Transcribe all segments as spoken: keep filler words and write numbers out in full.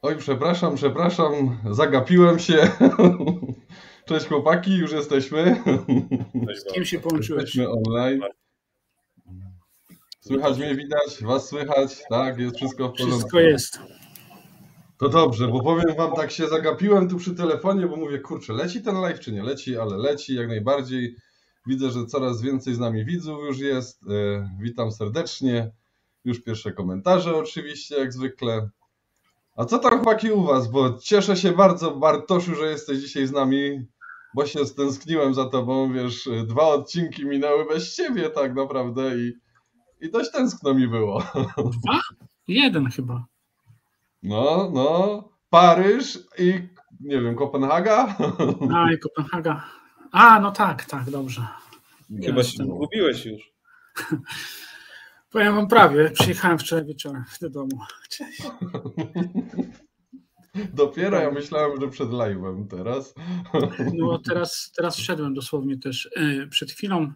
Oj, przepraszam, przepraszam, zagapiłem się. Cześć chłopaki, już jesteśmy. Z kim się połączyłeś? Jesteśmy online. Słychać mnie, widać, was słychać, tak, jest wszystko w porządku. Wszystko jest. To dobrze, bo powiem wam, tak się zagapiłem tu przy telefonie, bo mówię, kurczę, leci ten live czy nie leci, ale leci jak najbardziej. Widzę, że coraz więcej z nami widzów już jest. Witam serdecznie. Już pierwsze komentarze oczywiście, jak zwykle. A co tam chłopaki u was? Bo cieszę się bardzo, Bartoszu, że jesteś dzisiaj z nami, bo się stęskniłem za tobą, wiesz, dwa odcinki minęły bez ciebie tak naprawdę i, i dość tęskno mi było. Dwa? Jeden chyba. No, no, Paryż i nie wiem, Kopenhaga? A, i Kopenhaga. A, no tak, tak, dobrze. Chyba się zgubiłeś już. Powiem wam prawie, przyjechałem wczoraj wieczorem do domu. Cześć. Dopiero ja myślałem, że przed live'em teraz. No teraz, teraz wszedłem dosłownie też przed chwilą,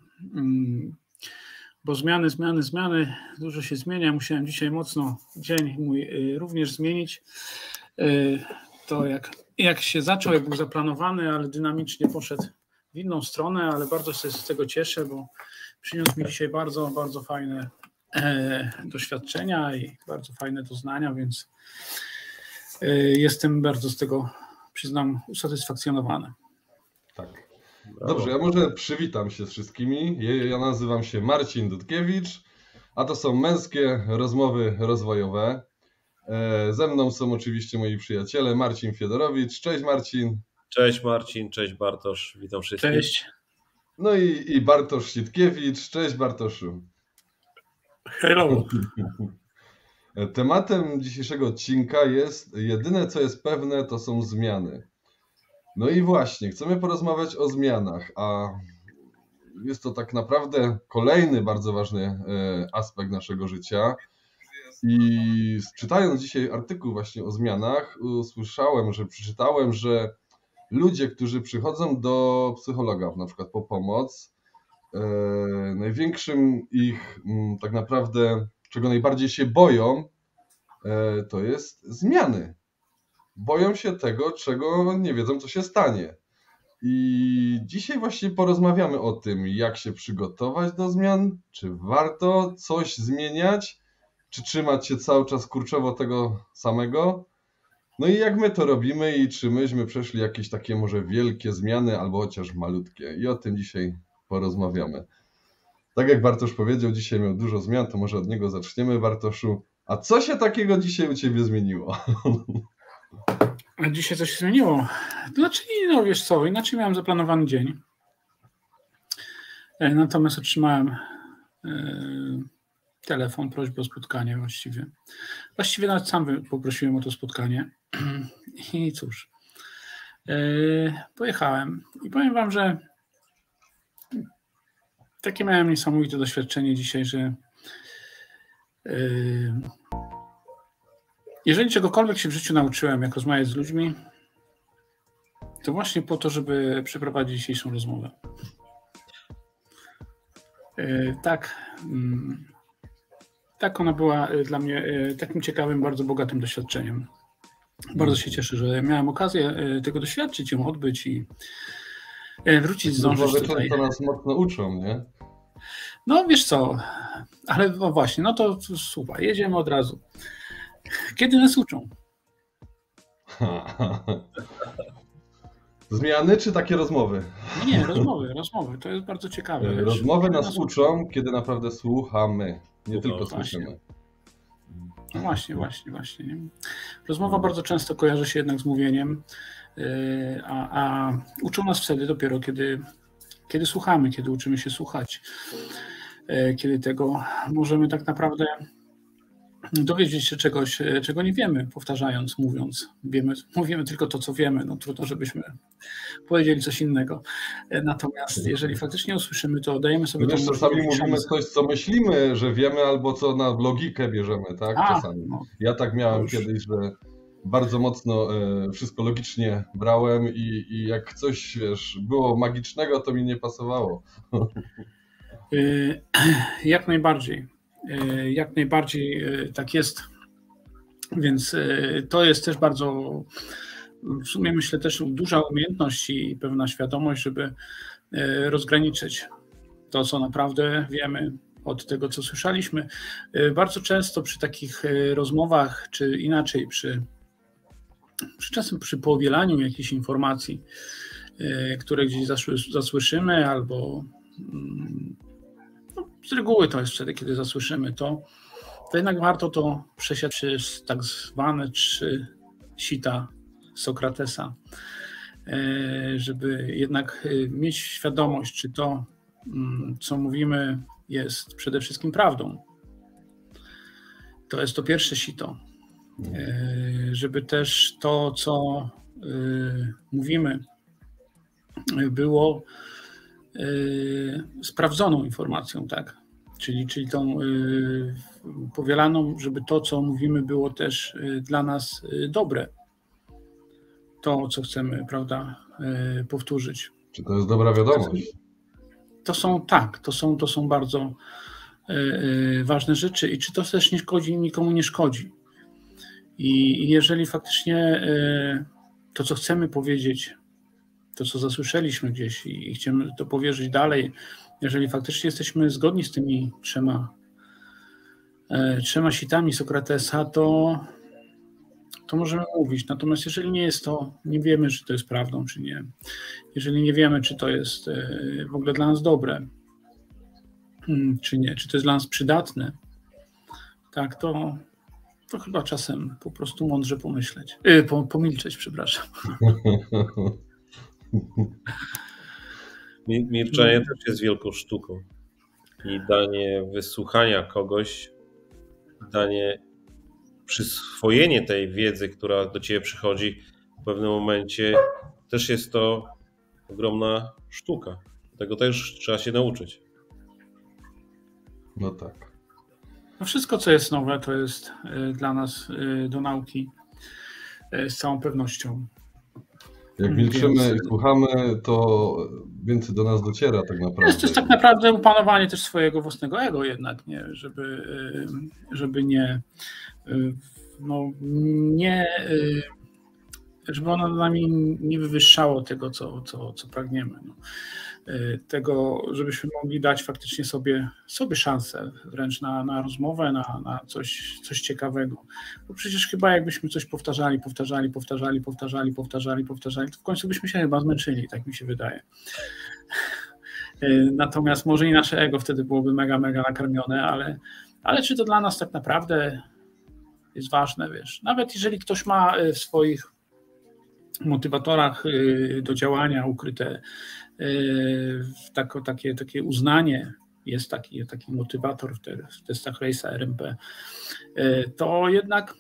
bo zmiany, zmiany, zmiany, dużo się zmienia. Musiałem dzisiaj mocno dzień mój również zmienić. To jak, jak się zaczął, jak był zaplanowany, ale dynamicznie poszedł w inną stronę, ale bardzo się z tego cieszę, bo przyniósł mi dzisiaj bardzo, bardzo fajne doświadczenia i bardzo fajne doznania, więc jestem bardzo z tego, przyznam, usatysfakcjonowany. Tak. Dobrze, ja może przywitam się z wszystkimi. Ja nazywam się Marcin Dudkiewicz, a to są Męskie Rozmowy Rozwojowe. Ze mną są oczywiście moi przyjaciele Marcin Fiedorowicz. Cześć Marcin. Cześć Marcin, cześć Bartosz, witam wszystkich. Cześć. No i, i Bartosz Sitkiewicz. Cześć Bartoszu. Hello. Tematem dzisiejszego odcinka jest jedyne co jest pewne to są zmiany. No i właśnie, chcemy porozmawiać o zmianach, a jest to tak naprawdę kolejny bardzo ważny aspekt naszego życia. I czytając dzisiaj artykuł właśnie o zmianach, usłyszałem, że przeczytałem, że ludzie, którzy przychodzą do psychologa na przykład po pomoc, największym ich tak naprawdę, czego najbardziej się boją, to jest zmiany. Boją się tego, czego nie wiedzą, co się stanie. I dzisiaj właśnie porozmawiamy o tym, jak się przygotować do zmian, czy warto coś zmieniać, czy trzymać się cały czas kurczowo tego samego. No i jak my to robimy i czy myśmy przeszli jakieś takie może wielkie zmiany, albo chociaż malutkie. I o tym dzisiaj porozmawiamy. Tak jak Bartosz powiedział, dzisiaj miał dużo zmian, to może od niego zaczniemy, Bartoszu. A co się takiego dzisiaj u ciebie zmieniło? A dzisiaj coś się zmieniło. Znaczy, no wiesz co, inaczej miałem zaplanowany dzień. Natomiast otrzymałem telefon, prośbę o spotkanie właściwie. Właściwie nawet sam poprosiłem o to spotkanie. I cóż, pojechałem. I powiem wam, że takie miałem niesamowite doświadczenie dzisiaj, że jeżeli czegokolwiek się w życiu nauczyłem, jak rozmawiać z ludźmi, to właśnie po to, żeby przeprowadzić dzisiejszą rozmowę. Tak, tak ona była dla mnie takim ciekawym, bardzo bogatym doświadczeniem. Bardzo się cieszę, że miałem okazję tego doświadczyć, ją odbyć i wrócić, zdążyć tutaj. To nas mocno uczą, nie? No wiesz co, ale no właśnie, no to słuchaj, jedziemy od razu. Kiedy nas uczą? Zmiany czy takie rozmowy? Nie, nie, rozmowy, rozmowy, to jest bardzo ciekawe. Rozmowy nas uczą, kiedy naprawdę słuchamy, nie tylko słyszymy. No właśnie, właśnie, właśnie. Nie? Rozmowa bardzo często kojarzy się jednak z mówieniem, a, a uczą nas wtedy dopiero, kiedy, kiedy słuchamy, kiedy uczymy się słuchać, kiedy tego możemy tak naprawdę dowiedzieć się czegoś, czego nie wiemy, powtarzając, mówiąc. Wiemy, mówimy tylko to, co wiemy. No trudno, żebyśmy powiedzieli coś innego. Natomiast jeżeli faktycznie usłyszymy, to dajemy sobie... Wiesz, czasami mówimy coś, co myślimy, że wiemy, albo co na logikę bierzemy, tak? A, czasami. no. Ja tak miałem kiedyś, że bardzo mocno wszystko logicznie brałem i, i jak coś, wiesz, było magicznego, to mi nie pasowało. Jak najbardziej. Jak najbardziej tak jest. Więc to jest też bardzo, w sumie myślę też duża umiejętność i pewna świadomość, żeby rozgraniczyć to, co naprawdę wiemy, od tego, co słyszeliśmy. Bardzo często przy takich rozmowach, czy inaczej, przy, przy czasem przy powielaniu jakichś informacji, które gdzieś zasłyszymy, albo no, z reguły to jest wtedy, kiedy zasłyszymy to, to jednak warto to przesiać przez tak zwane trzy sita Sokratesa, żeby jednak mieć świadomość, czy to, co mówimy, jest przede wszystkim prawdą. To jest to pierwsze sito. Żeby też to, co mówimy, było sprawdzoną informacją, tak? Czyli, czyli tą powielaną, żeby to, co mówimy, było też dla nas dobre. To, co chcemy, prawda, powtórzyć. Czy to jest dobra wiadomość? To są, tak, to są, to są bardzo ważne rzeczy i czy to też nie szkodzi, nikomu nie szkodzi. I jeżeli faktycznie to, co chcemy powiedzieć, to, co zasłyszeliśmy gdzieś i chcemy to powierzyć dalej, jeżeli faktycznie jesteśmy zgodni z tymi trzema, trzema sitami Sokratesa, to, to możemy mówić. Natomiast jeżeli nie jest to, nie wiemy, czy to jest prawdą, czy nie. Jeżeli nie wiemy, czy to jest w ogóle dla nas dobre, czy nie, czy to jest dla nas przydatne, tak, to, to chyba czasem po prostu mądrze pomyśleć. Yy, pomilczeć, przepraszam. Milczenie też jest wielką sztuką. I danie wysłuchania kogoś, danie przyswojenie tej wiedzy, która do ciebie przychodzi w pewnym momencie, też jest to ogromna sztuka. Tego też trzeba się nauczyć. No tak. No wszystko, co jest nowe, to jest dla nas do nauki z całą pewnością. Jak milczymy Więc... i słuchamy, to więcej do nas dociera tak naprawdę. Jest to jest tak naprawdę opanowanie też swojego własnego ego jednak, nie? Żeby, żeby nie, no, nie, żeby ono nami nie wywyższało tego, co, co, co pragniemy. No. Tego, żebyśmy mogli dać faktycznie sobie, sobie szansę wręcz na, na rozmowę, na, na coś, coś ciekawego. Bo przecież chyba jakbyśmy coś powtarzali, powtarzali, powtarzali, powtarzali, powtarzali, powtarzali, to w końcu byśmy się chyba zmęczyli, tak mi się wydaje. Natomiast może i nasze ego wtedy byłoby mega, mega nakarmione, ale, ale czy to dla nas tak naprawdę jest ważne, wiesz? Nawet jeżeli ktoś ma w swoich motywatorach do działania ukryte tak, takie, takie uznanie, jest taki, taki motywator w, te, w testach Race'a R M P, to jednak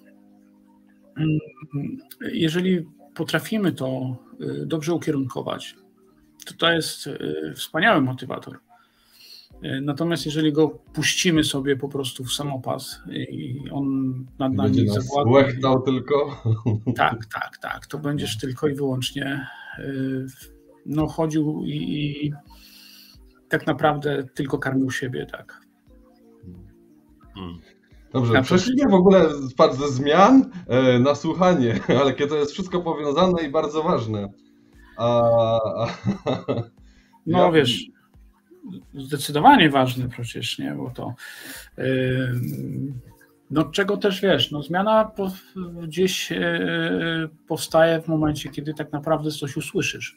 jeżeli potrafimy to dobrze ukierunkować, to to jest wspaniały motywator. Natomiast jeżeli go puścimy sobie po prostu w samopas i on nad nami zawładnie, tylko. Tak, tak, tak. To będziesz tylko i wyłącznie no, chodził i, i tak naprawdę tylko karmił siebie, tak. Dobrze, na przeszliśmy w ogóle ze zmian na słuchanie, ale kiedy to jest wszystko powiązane i bardzo ważne. A, a, no ja... wiesz, zdecydowanie ważne przecież, nie, bo to yy, no czego też wiesz, no zmiana po, gdzieś yy, powstaje w momencie, kiedy tak naprawdę coś usłyszysz.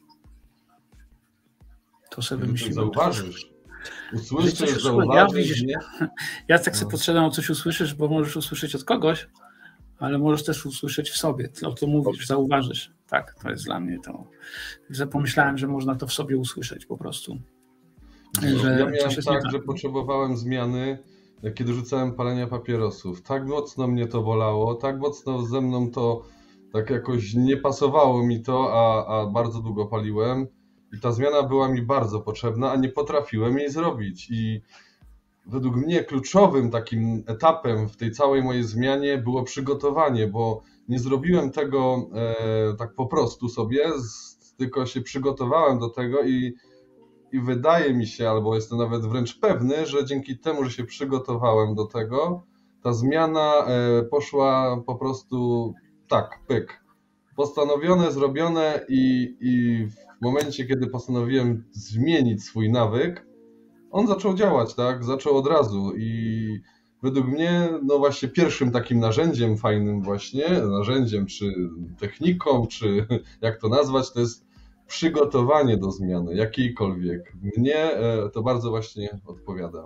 To sobie wymyśliłem. Zauważysz. Usłyszysz, zauważysz, ja, ja tak sobie no. podszedłem, o coś usłyszysz, bo możesz usłyszeć od kogoś, ale możesz też usłyszeć w sobie, o to mówisz, zauważysz. Tak, to jest dla mnie to. Pomyślałem, że można to w sobie usłyszeć po prostu. Że ja miałem tak, że potrzebowałem zmiany, kiedy rzucałem palenia papierosów. Tak mocno mnie to bolało, tak mocno ze mną to tak jakoś nie pasowało mi to, a, a bardzo długo paliłem. I ta zmiana była mi bardzo potrzebna, a nie potrafiłem jej zrobić. I według mnie kluczowym takim etapem w tej całej mojej zmianie było przygotowanie, bo nie zrobiłem tego e, tak po prostu sobie, z, tylko się przygotowałem do tego i, i wydaje mi się, albo jestem nawet wręcz pewny, że dzięki temu, że się przygotowałem do tego, ta zmiana e, poszła po prostu tak, pyk. Postanowione, zrobione i, i w momencie, kiedy postanowiłem zmienić swój nawyk, on zaczął działać, tak? Zaczął od razu i według mnie, no właśnie pierwszym takim narzędziem fajnym właśnie, narzędziem czy techniką, czy jak to nazwać, to jest przygotowanie do zmiany, jakiejkolwiek. Mnie to bardzo właśnie odpowiada.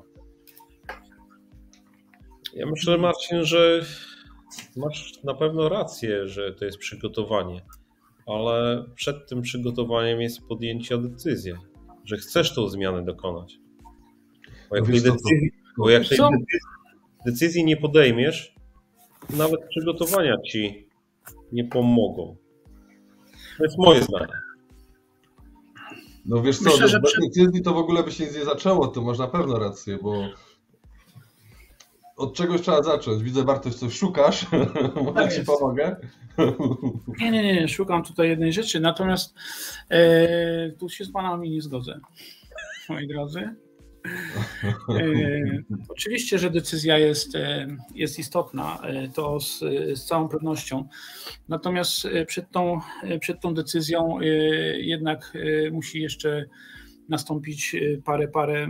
Ja myślę, Marcin, że masz na pewno rację, że to jest przygotowanie, ale przed tym przygotowaniem jest podjęcie decyzji, że chcesz tą zmianę dokonać. Bo jak, tej decyzji, bo jak tej decyzji, decyzji nie podejmiesz, nawet przygotowania ci nie pomogą. To jest moje zdanie. No wiesz co, Myślę, że bez przy... decyzji to w ogóle by się nic nie zaczęło, to masz na pewno rację, bo od czegoś trzeba zacząć. Widzę, Bartosz, coś szukasz, może tak ci pomogę. Nie, nie, nie, szukam tutaj jednej rzeczy, natomiast e, tu się z panami nie zgodzę, moi drodzy. E, oczywiście, że decyzja jest, jest istotna, to z, z całą pewnością. Natomiast przed tą, przed tą decyzją jednak musi jeszcze nastąpić parę, parę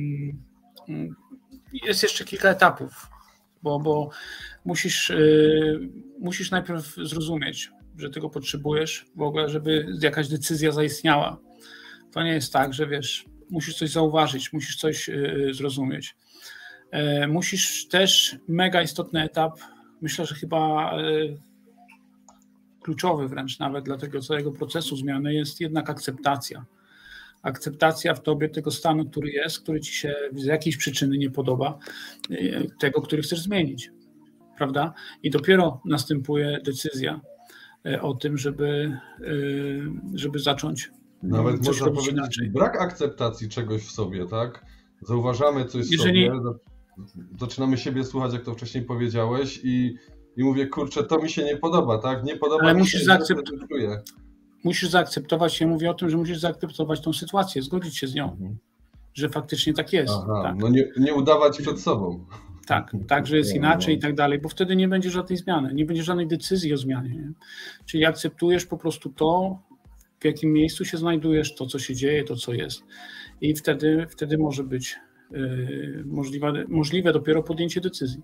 jest jeszcze kilka etapów, bo, bo musisz, musisz najpierw zrozumieć, że tego potrzebujesz w ogóle, żeby jakaś decyzja zaistniała. To nie jest tak, że wiesz, musisz coś zauważyć, musisz coś zrozumieć. Musisz też, mega istotny etap, myślę, że chyba kluczowy wręcz nawet dla tego całego procesu zmiany jest jednak akceptacja. Akceptacja w tobie tego stanu, który jest, który ci się z jakiejś przyczyny nie podoba, tego, który chcesz zmienić, prawda? I dopiero następuje decyzja o tym, żeby, żeby zacząć nawet można powiedzieć, inaczej. Brak akceptacji czegoś w sobie, tak? Zauważamy coś w Jeżeli... sobie, zaczynamy siebie słuchać, jak to wcześniej powiedziałeś i, i mówię, kurczę, to mi się nie podoba, tak? Nie podoba Ale mi musisz się, zaakceptować. Musisz zaakceptować, ja mówię o tym, że musisz zaakceptować tą sytuację, zgodzić się z nią, mhm. że faktycznie tak jest. Aha, tak. No nie, nie udawać przed sobą. Tak, tak, że jest inaczej i tak dalej, bo wtedy nie będzie żadnej zmiany, nie będzie żadnej decyzji o zmianie. Nie? Czyli akceptujesz po prostu to, w jakim miejscu się znajdujesz, to, co się dzieje, to, co jest. I wtedy, wtedy może być yy, możliwe, możliwe dopiero podjęcie decyzji.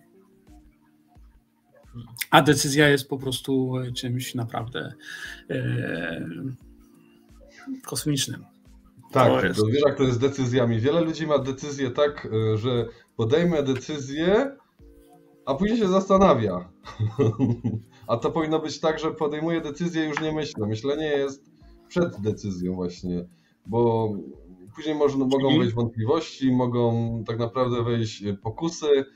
A decyzja jest po prostu czymś naprawdę yy, kosmicznym. Tak, to jest... wiesz, jak to jest z decyzjami. Wiele ludzi ma decyzję tak, że podejmę decyzję, a później się zastanawia. A to powinno być tak, że podejmuję decyzję i już nie myślę. Myślenie jest przed decyzją właśnie, bo później można, mogą Czyli? wejść wątpliwości, mogą tak naprawdę wejść pokusy.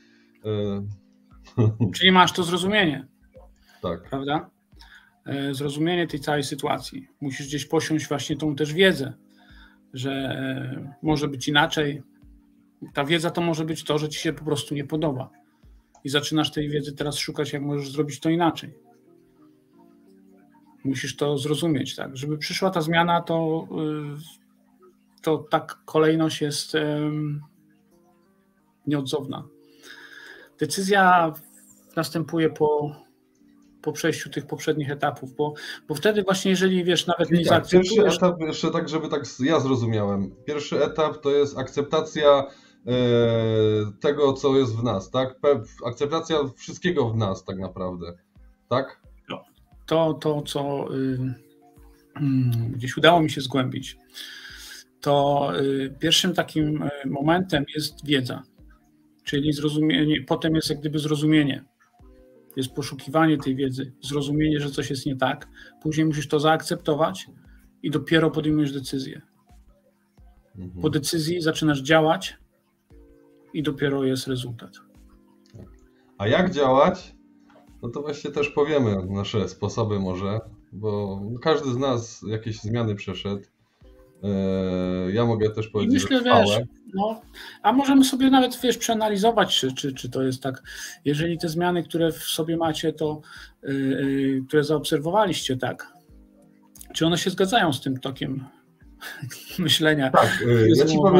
Czyli masz to zrozumienie, tak. prawda? Zrozumienie tej całej sytuacji. Musisz gdzieś posiąść właśnie tą też wiedzę, że może być inaczej. Ta wiedza to może być to, że ci się po prostu nie podoba. I zaczynasz tej wiedzy teraz szukać, jak możesz zrobić to inaczej. Musisz to zrozumieć, tak. Żeby przyszła ta zmiana, to, to tak kolejność jest nieodzowna. Decyzja następuje po, po przejściu tych poprzednich etapów, bo, bo wtedy właśnie, jeżeli wiesz, nawet nie tak, zaakceptujesz... Pierwszy etap, jeszcze tak, żeby tak ja zrozumiałem. Pierwszy etap to jest akceptacja e, tego, co jest w nas, tak? Akceptacja wszystkiego w nas tak naprawdę, tak? To, to co y, y, gdzieś udało mi się zgłębić, to y, pierwszym takim momentem jest wiedza, czyli zrozumienie, potem jest jak gdyby zrozumienie, jest poszukiwanie tej wiedzy, zrozumienie, że coś jest nie tak, później musisz to zaakceptować i dopiero podejmujesz decyzję. Mhm. Po decyzji zaczynasz działać i dopiero jest rezultat. A jak działać? No to właśnie też powiemy nasze sposoby może, bo każdy z nas jakieś zmiany przeszedł. Ja mogę też powiedzieć, myślę, że trwałe. Wiesz, no, a możemy sobie nawet, wiesz, przeanalizować, czy, czy, czy to jest tak, jeżeli te zmiany, które w sobie macie, to yy, które zaobserwowaliście, tak, czy one się zgadzają z tym tokiem myślenia? Tak, ja ci powiem,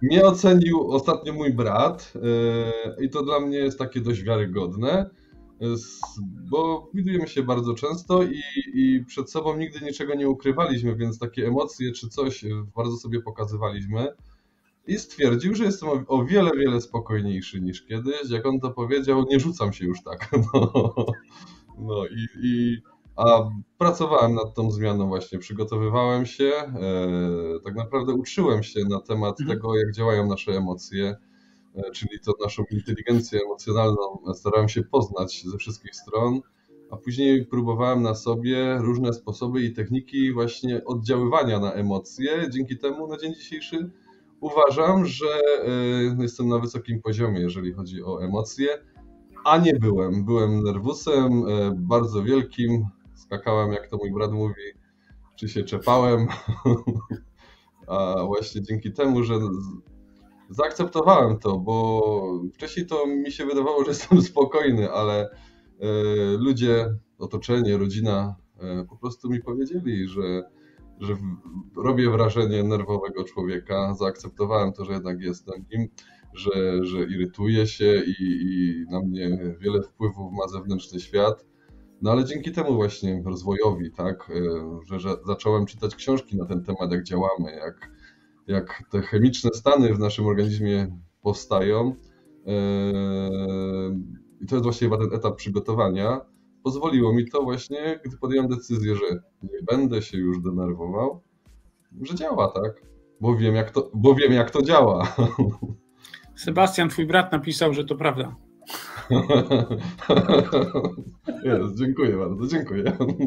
mnie ocenił ostatnio mój brat i to dla mnie jest takie dość wiarygodne, bo widujemy się bardzo często i, i przed sobą nigdy niczego nie ukrywaliśmy, więc takie emocje czy coś bardzo sobie pokazywaliśmy. I stwierdził, że jestem o, o wiele, wiele spokojniejszy niż kiedyś. Jak on to powiedział, nie rzucam się już tak. No, no i, i a pracowałem nad tą zmianą właśnie, przygotowywałem się, e, tak naprawdę uczyłem się na temat Mhm. tego, jak działają nasze emocje, e, czyli to naszą inteligencję emocjonalną starałem się poznać ze wszystkich stron, a później próbowałem na sobie różne sposoby i techniki właśnie oddziaływania na emocje. Dzięki temu na dzień dzisiejszy uważam, że e, jestem na wysokim poziomie, jeżeli chodzi o emocje, a nie byłem. Byłem nerwusem e, bardzo wielkim, skakałem, jak to mój brat mówi, czy się czepałem, a właśnie dzięki temu, że z- zaakceptowałem to, bo wcześniej to mi się wydawało, że jestem spokojny, ale e, ludzie, otoczenie, rodzina e, po prostu mi powiedzieli, że, że w- robię wrażenie nerwowego człowieka. Zaakceptowałem to, że jednak jestem nim, że, że irytuję się i, i na mnie wiele wpływów ma zewnętrzny świat. No ale dzięki temu właśnie rozwojowi, tak, e, że, że zacząłem czytać książki na ten temat, jak działamy, jak, jak te chemiczne stany w naszym organizmie powstają. e, I to jest właśnie chyba ten etap przygotowania. Pozwoliło mi to właśnie, gdy podjąłem decyzję, że nie będę się już denerwował, że działa, tak? Bo wiem, jak to, bo wiem, jak to działa. Sebastian, twój brat napisał, że to prawda. Jest, dziękuję bardzo, dziękuję.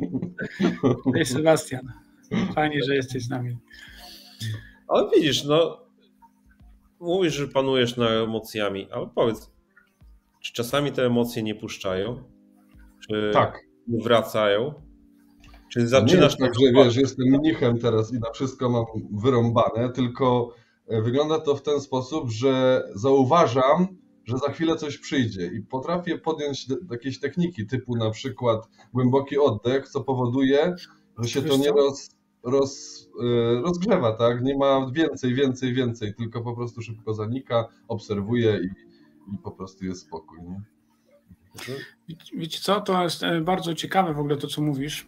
Cześć Sebastian, fajnie, że jesteś z nami. Ale widzisz, no mówisz, że panujesz nad emocjami, ale powiedz, czy czasami te emocje nie puszczają? Czy Tak. nie wracają? Czy To nie zaczynasz jest tak, że wiesz, jestem mnichem teraz i na wszystko mam wyrąbane, tylko e, wygląda to w ten sposób, że zauważam, że za chwilę coś przyjdzie i potrafię podjąć de- jakieś techniki typu na przykład głęboki oddech, co powoduje, że się to Wiesz nie co? roz, roz, e, rozgrzewa, tak? Nie ma więcej, więcej, więcej, tylko po prostu szybko zanika, obserwuję i, i po prostu jest spokój, nie? Wiecie- Wiecie co, to jest e, bardzo ciekawe w ogóle to, co mówisz.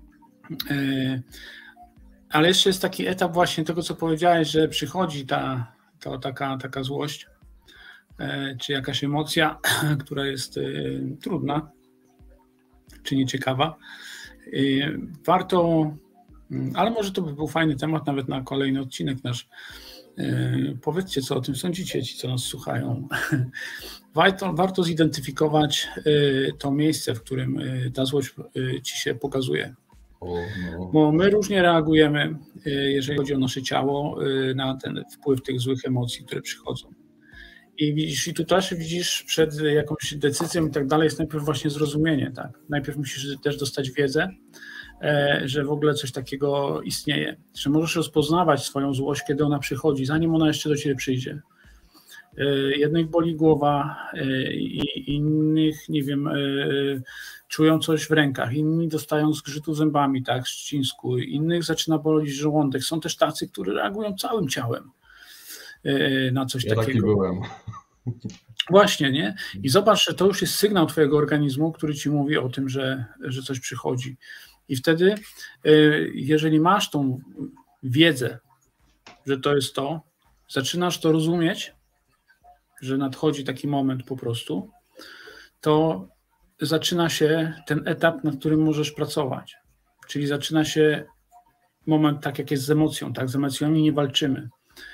E, Ale jeszcze jest taki etap właśnie tego, co powiedziałeś, że przychodzi ta, ta taka, taka złość, e, czy jakaś emocja, która jest e, trudna, czy nieciekawa. E, Warto, mm, ale może to by był fajny temat nawet na kolejny odcinek nasz. E, Powiedzcie, co o tym sądzicie, ci, co nas słuchają. Warto, warto zidentyfikować e, to miejsce, w którym e, ta złość e, ci się pokazuje. O, no. Bo my różnie reagujemy, y, jeżeli chodzi o nasze ciało, y, na ten wpływ tych złych emocji, które przychodzą. I widzisz, i tu też widzisz, przed jakąś decyzją i tak dalej jest najpierw właśnie zrozumienie, tak? Najpierw musisz też dostać wiedzę, e, że w ogóle coś takiego istnieje, że możesz rozpoznawać swoją złość, kiedy ona przychodzi, zanim ona jeszcze do ciebie przyjdzie. E, Jednych boli głowa, e, i innych, nie wiem, e, czują coś w rękach, inni dostają zgrzytu zębami, tak, ścisku, innych zaczyna boleć żołądek. Są też tacy, którzy reagują całym ciałem e, na coś Ja taki takiego. byłem. Właśnie, nie? I zobacz, że to już jest sygnał twojego organizmu, który ci mówi o tym, że, że coś przychodzi. I wtedy, e, jeżeli masz tą wiedzę, że to jest to, zaczynasz to rozumieć, że nadchodzi taki moment po prostu, to zaczyna się ten etap, nad którym możesz pracować. Czyli zaczyna się moment, tak jak jest z emocją, tak? Z emocjami nie walczymy.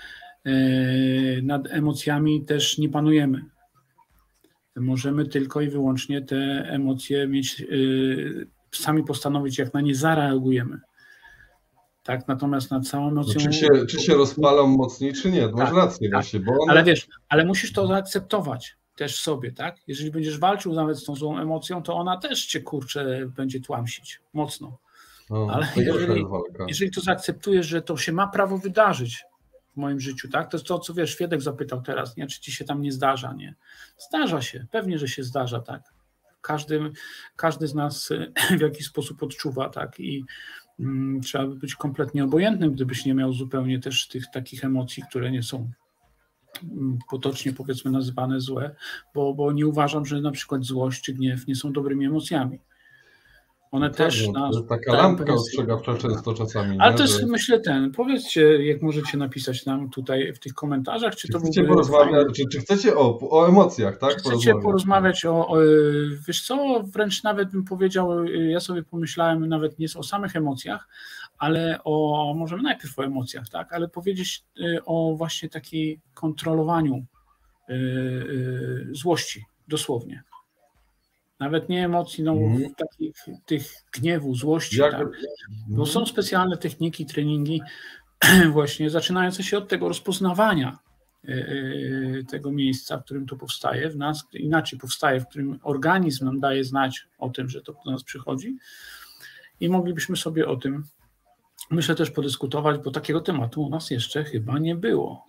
Yy, Nad emocjami też nie panujemy. Możemy tylko i wyłącznie te emocje mieć, yy, sami postanowić, jak na nie zareagujemy. Tak, natomiast nad całą No, emocją... czy, się, czy się rozpalą mocniej, czy nie? Masz Tak, rację tak. właśnie, bo one... Ale wiesz, ale musisz to zaakceptować też sobie, tak? Jeżeli będziesz walczył nawet z tą złą emocją, to ona też cię, kurczę, będzie tłamsić mocno. No, Ale to gorsza jeżeli, jest walka. jeżeli to zaakceptujesz, że to się ma prawo wydarzyć w moim życiu, tak? To jest to, co wiesz, Świadek zapytał teraz, nie? Czy ci się tam nie zdarza, nie? Zdarza się, pewnie, że się zdarza, tak? Każdy, każdy z nas w jakiś sposób odczuwa, tak? I mm, trzeba by być kompletnie obojętnym, gdybyś nie miał zupełnie też tych takich emocji, które nie są potocznie powiedzmy nazywane złe, bo, bo nie uważam, że na przykład złość czy gniew nie są dobrymi emocjami. One No też tak, no, nas to jest taka dają lampka pewien- ostrzegawcza często czasami. Ale nie? to jest, Że myślę, ten, powiedzcie, jak możecie napisać nam tutaj w tych komentarzach, czy czy to chcecie byłby porozmawiać, fajny- czy, czy chcecie o, o emocjach, tak? Czy chcecie porozmawiać o, o, wiesz co, wręcz nawet bym powiedział, ja sobie pomyślałem nawet nie o samych emocjach, ale o, możemy najpierw o emocjach, tak, ale powiedzieć y, o właśnie takiej kontrolowaniu y, y, złości, dosłownie. Nawet nie emocji, no Mhm. takich tych gniewu, złości, Jak, tak. Bo są specjalne techniki, treningi właśnie zaczynające się od tego rozpoznawania y, y, tego miejsca, w którym to powstaje w nas, inaczej powstaje, w którym organizm nam daje znać o tym, że to do nas przychodzi i moglibyśmy sobie o tym, myślę, też podyskutować, bo takiego tematu u nas jeszcze chyba nie było.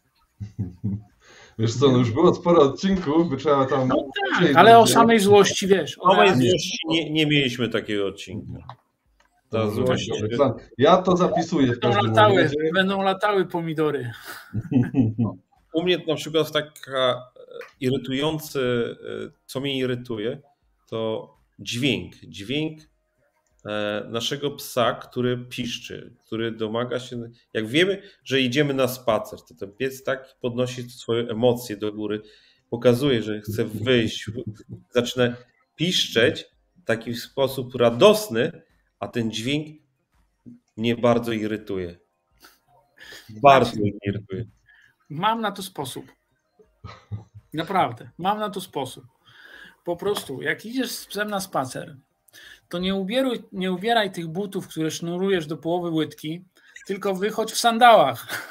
Wiesz co, no już było sporo odcinków, by trzeba tam... No tak, ale o samej złości, wiesz, o Samej reakcji. złości nie, nie mieliśmy takiego odcinka. To Ta może złość, być dobry plan. Ja to zapisuję w Będą każdym latały, razie. będą latały pomidory. u mnie na przykład taka irytujący, co mnie irytuje, to dźwięk. Dźwięk e, naszego psa, który piszczy, który domaga się. Jak wiemy, że idziemy na spacer, to ten pies tak podnosi swoje emocje do góry, pokazuje, że chce wyjść, zaczyna piszczeć w taki sposób radosny, a ten dźwięk mnie bardzo irytuje. Bardzo mnie irytuje. Mam na to sposób. Naprawdę, mam na to sposób. Po prostu, jak idziesz z psem na spacer, to nie, ubieruj, nie ubieraj tych butów, które sznurujesz do połowy łydki, tylko wychodź w sandałach.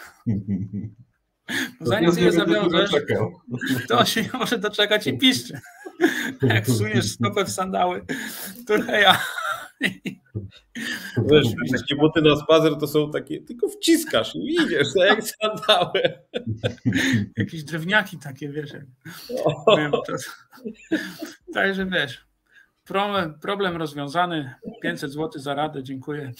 Zanim Pies ty nie je będzie tego zawiążesz, czekał. to się nie może doczekać i piszczy. Jak wsuniesz stopę w sandały, to heja. Wiesz, takie buty na spacer to są takie, tylko wciskasz i idziesz, tak jak sandały. Jakieś drewniaki takie, wiesz. jak- Wiem, to... Także wiesz, problem, problem rozwiązany, pięćset złotych za radę, dziękuję.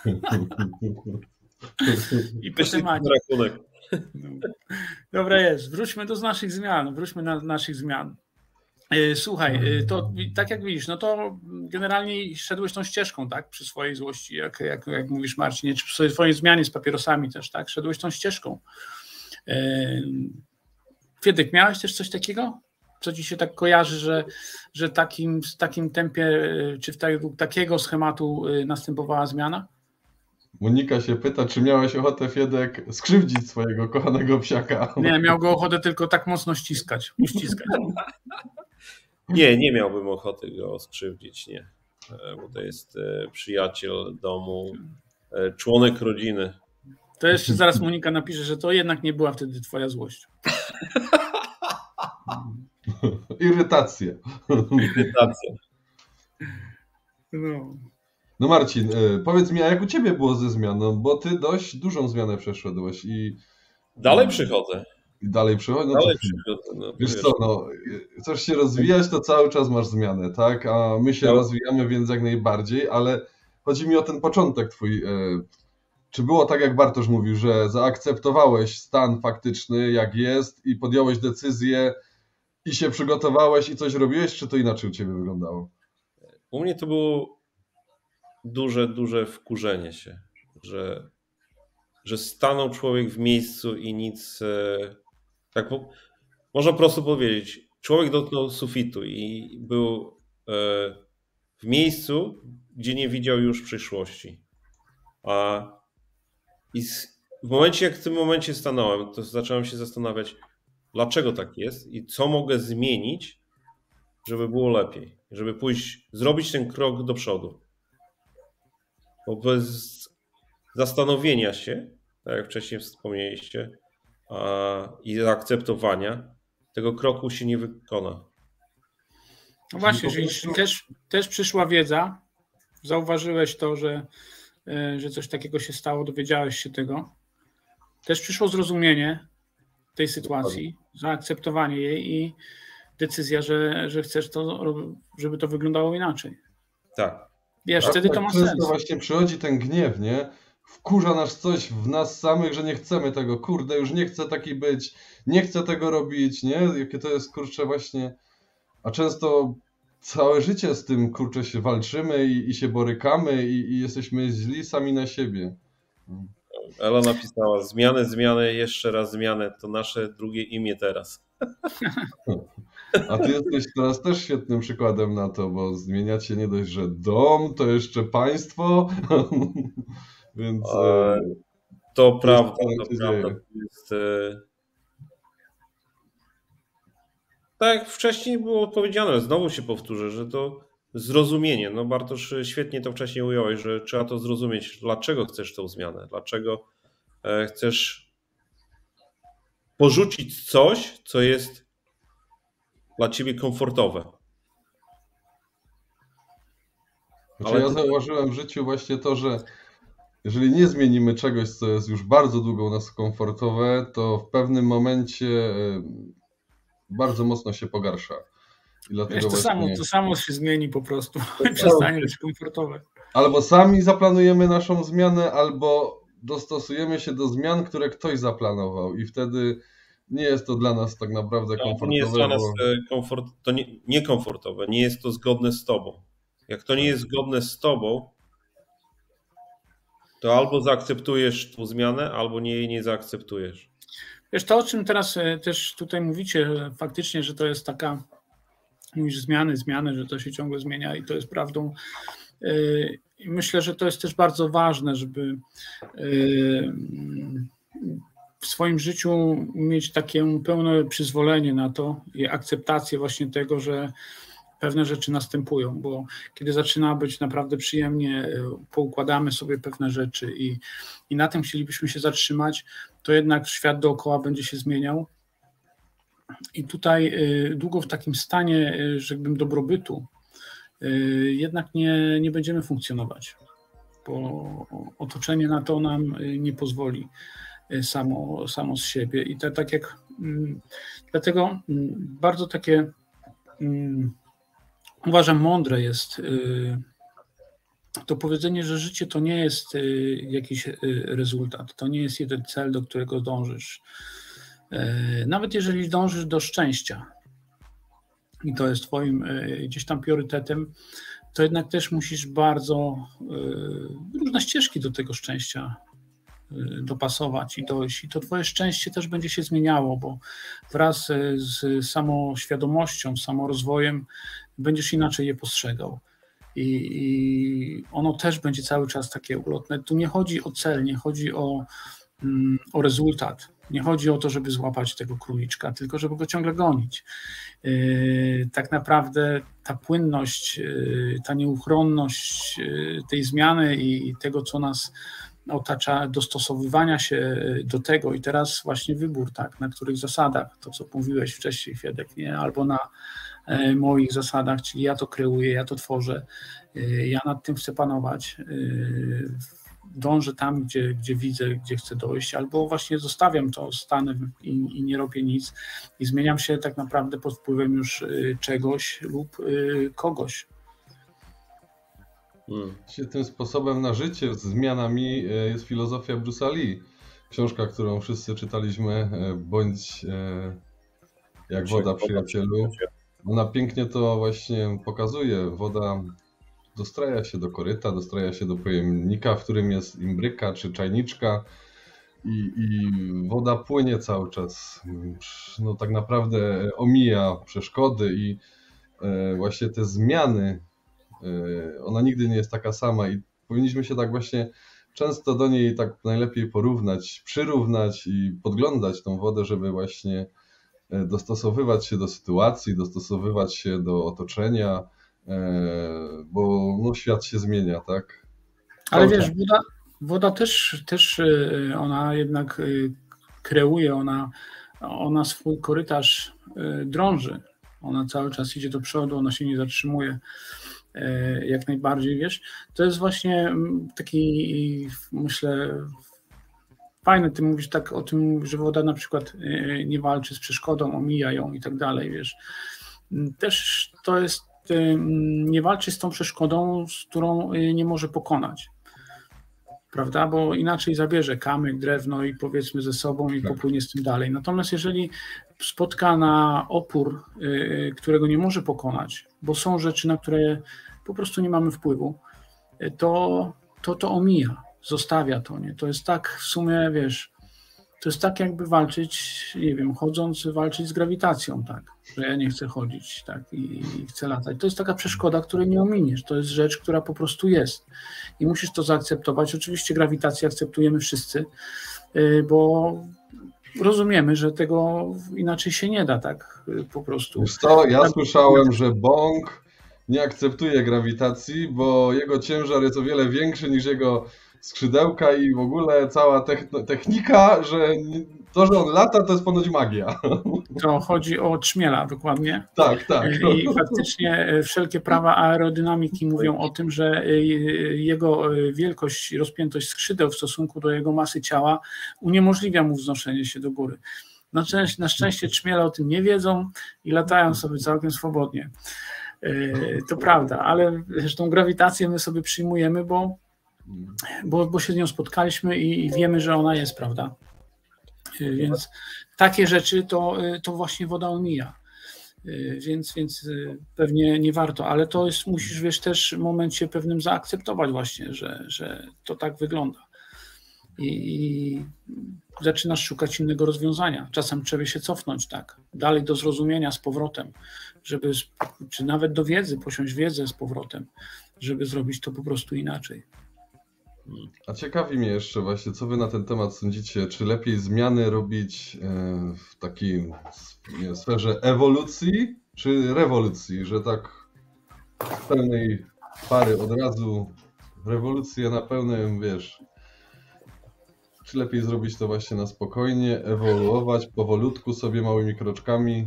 I po Wyślij temacie. ten rachunek. No. Dobra jest, wróćmy do naszych zmian, wróćmy do naszych zmian. E, Słuchaj, e, to tak jak widzisz, no to generalnie szedłeś tą ścieżką, tak, przy swojej złości, jak, jak, jak mówisz Marcinie, czy przy swojej zmianie z papierosami też, tak, szedłeś tą ścieżką. E, Kwiedek, miałeś też coś takiego? Co ci się tak kojarzy, że, że takim, w takim tempie, e, czy w tak, takiego schematu e, następowała zmiana? Monika się pyta, czy miałeś ochotę, Fiedek, skrzywdzić swojego kochanego psiaka? Nie, miał go ochotę tylko tak mocno ściskać, uściskać. Nie, nie miałbym ochoty go skrzywdzić, nie. E, Bo to jest e, przyjaciel domu, e, członek rodziny. To jeszcze zaraz Monika napisze, że to jednak nie była wtedy twoja złość. Irytację. Irytacja. No. No Marcin, y, powiedz mi, a jak u ciebie było ze zmianą? Bo ty dość dużą zmianę przeszedłeś i, Dalej przychodzę. i dalej przychodzi. No to, Dalej przychodzę. No, wiesz wiesz, co, no, y, chcesz się rozwijać, to cały czas masz zmianę, tak? A my się No. rozwijamy, więc jak najbardziej, ale chodzi mi o ten początek twój. y, Czy było tak, jak Bartosz mówił, że zaakceptowałeś stan faktyczny, jak jest i podjąłeś decyzję i się przygotowałeś i coś robiłeś, czy to inaczej u ciebie wyglądało? U mnie to było duże, duże wkurzenie się, że, że stanął człowiek w miejscu i nic. e, Tak po, można prosto powiedzieć, człowiek dotknął sufitu i był e, w miejscu, gdzie nie widział już przyszłości. A i z, w momencie, jak w tym momencie stanąłem, to zacząłem się zastanawiać, dlaczego tak jest i co mogę zmienić, żeby było lepiej, żeby pójść, zrobić ten krok do przodu. Bo bez zastanowienia się, tak jak wcześniej wspomnieliście, a, i zaakceptowania, tego kroku się nie wykona. No właśnie, jeżeli też, też przyszła wiedza, zauważyłeś to, że, e, że coś takiego się stało, dowiedziałeś się tego. Też przyszło zrozumienie tej sytuacji, zaakceptowanie jej i decyzja, że, że chcesz to, żeby to wyglądało inaczej. Tak. Wiesz, Tak, wtedy tak, to ma często sens. właśnie przychodzi ten gniew, nie? wkurza nas coś w nas samych, że nie chcemy tego, kurde, już nie chcę taki być, nie chcę tego robić, nie? Jakie to jest, kurczę, właśnie, a często całe życie z tym, kurczę, się walczymy i, i się borykamy i, i jesteśmy źli sami na siebie. Ela napisała, zmiany, zmiany, jeszcze raz zmiany, to nasze drugie imię teraz. A ty jesteś teraz też świetnym przykładem na to, bo zmieniacie nie dość, że dom, to jeszcze państwo, więc... E, to prawda, to prawda. To jest, e... Tak jak wcześniej było powiedziane, znowu się powtórzę, że to zrozumienie. No Bartosz, świetnie to wcześniej ująłeś, że trzeba to zrozumieć, dlaczego chcesz tą zmianę, dlaczego chcesz porzucić coś, co jest dla ciebie komfortowe. Znaczy, Ale ja zauważyłem w życiu właśnie to, że jeżeli nie zmienimy czegoś, co jest już bardzo długo u nas komfortowe, to w pewnym momencie bardzo mocno się pogarsza. I dlatego Wiesz, to, właśnie... samo, to samo się zmieni po prostu i przestanie być komfortowe. Albo sami zaplanujemy naszą zmianę, albo dostosujemy się do zmian, które ktoś zaplanował i wtedy nie jest to dla nas tak naprawdę komfortowe. To nie jest dla nas bo... komfort, to nie, niekomfortowe, nie jest to zgodne z tobą. Jak to nie jest zgodne z tobą, to albo zaakceptujesz tą zmianę, albo nie, jej nie zaakceptujesz. Wiesz, to o czym teraz też tutaj mówicie, faktycznie, że to jest taka, mówisz zmiany, zmiany, że to się ciągle zmienia i to jest prawdą. I myślę, że to jest też bardzo ważne, żeby w swoim życiu mieć takie pełne przyzwolenie na to i akceptację właśnie tego, że pewne rzeczy następują, bo kiedy zaczyna być naprawdę przyjemnie, poukładamy sobie pewne rzeczy i, i na tym chcielibyśmy się zatrzymać, to jednak świat dookoła będzie się zmieniał. I tutaj długo w takim stanie, rzekłbym, dobrobytu jednak nie, nie będziemy funkcjonować, bo otoczenie na to nam nie pozwoli samo, samo z siebie. I to, tak jak, dlatego bardzo takie uważam, mądre jest to powiedzenie, że życie to nie jest jakiś rezultat, to nie jest jeden cel, do którego dążysz. Nawet jeżeli dążysz do szczęścia i to jest twoim gdzieś tam priorytetem, to jednak też musisz bardzo różne ścieżki do tego szczęścia dopasować i dojść. I to twoje szczęście też będzie się zmieniało, bo wraz z samoświadomością, samorozwojem będziesz inaczej je postrzegał. I, I ono też będzie cały czas takie ulotne. Tu nie chodzi o cel, nie chodzi o, o rezultat. Nie chodzi o to, żeby złapać tego króliczka, tylko żeby go ciągle gonić. Yy, tak naprawdę ta płynność, yy, ta nieuchronność yy, tej zmiany i, i tego, co nas otacza, dostosowywania się do tego i teraz właśnie wybór, tak, na których zasadach, to co mówiłeś wcześniej, Fiedek, nie? Albo na e, moich zasadach, czyli ja to kreuję, ja to tworzę, e, ja nad tym chcę panować, e, dążę tam, gdzie, gdzie widzę, gdzie chcę dojść, albo właśnie zostawiam to, stanę i, i nie robię nic i zmieniam się tak naprawdę pod wpływem już e, czegoś lub e, kogoś. Hmm. Tym sposobem na życie z zmianami jest filozofia Bruce'a Lee. Książka, którą wszyscy czytaliśmy, Bądź jak woda, przyjacielu. Ona pięknie to właśnie pokazuje. Woda dostraja się do koryta, dostraja się do pojemnika, w którym jest imbryka czy czajniczka i, i woda płynie cały czas. No tak naprawdę omija przeszkody i właśnie te zmiany, ona nigdy nie jest taka sama i powinniśmy się tak właśnie często do niej tak najlepiej porównać, przyrównać i podglądać tą wodę, żeby właśnie dostosowywać się do sytuacji, dostosowywać się do otoczenia, bo no, świat się zmienia, tak? Ale wiesz, woda, woda też, też ona jednak kreuje, ona, ona swój korytarz drąży. Ona cały czas idzie do przodu, ona się nie zatrzymuje. Jak najbardziej, wiesz, to jest właśnie taki, myślę, fajne, ty mówisz tak o tym, że woda na przykład nie walczy z przeszkodą, omija ją i tak dalej, wiesz. Też to jest, nie walczy z tą przeszkodą, z którą nie może pokonać. prawda? Bo inaczej zabierze kamyk, drewno i powiedzmy ze sobą i popłynie z tym dalej. Natomiast jeżeli spotka na opór, y, którego nie może pokonać, bo są rzeczy, na które po prostu nie mamy wpływu, to to, to omija, zostawia to. Nie? To jest tak w sumie, wiesz, to jest tak jakby walczyć, nie wiem, chodząc, walczyć z grawitacją, tak, że ja nie chcę chodzić, tak, i, i chcę latać. To jest taka przeszkoda, której nie ominiesz. To jest rzecz, która po prostu jest i musisz to zaakceptować. Oczywiście grawitację akceptujemy wszyscy, bo rozumiemy, że tego inaczej się nie da, tak, po prostu. Wiesz co, ja słyszałem, że Bąk nie akceptuje grawitacji, bo jego ciężar jest o wiele większy niż jego skrzydełka i w ogóle cała technika, że to, że on lata, to jest ponoć magia. To chodzi o trzmiela dokładnie. Tak, tak. I faktycznie wszelkie prawa aerodynamiki mówią o tym, że jego wielkość i rozpiętość skrzydeł w stosunku do jego masy ciała uniemożliwia mu wznoszenie się do góry. Na szczęście, na szczęście trzmiele o tym nie wiedzą i latają sobie całkiem swobodnie. To prawda, ale zresztą grawitację my sobie przyjmujemy, bo Bo, bo się z nią spotkaliśmy i wiemy, że ona jest, prawda? Więc takie rzeczy to, to właśnie woda omija. Więc, więc pewnie nie warto, ale to jest, musisz, wiesz, też w momencie pewnym zaakceptować właśnie, że, że to tak wygląda. I, i zaczynasz szukać innego rozwiązania. Czasem trzeba się cofnąć, tak, dalej do zrozumienia z powrotem, żeby, czy nawet do wiedzy, posiąść wiedzę z powrotem, żeby zrobić to po prostu inaczej. A ciekawi mnie jeszcze właśnie, co wy na ten temat sądzicie? Czy lepiej zmiany robić w takiej nie, sferze ewolucji, czy rewolucji? Że tak z pełnej pary od razu rewolucję na pełnym, wiesz... Czy lepiej zrobić to właśnie na spokojnie, ewoluować powolutku sobie małymi kroczkami?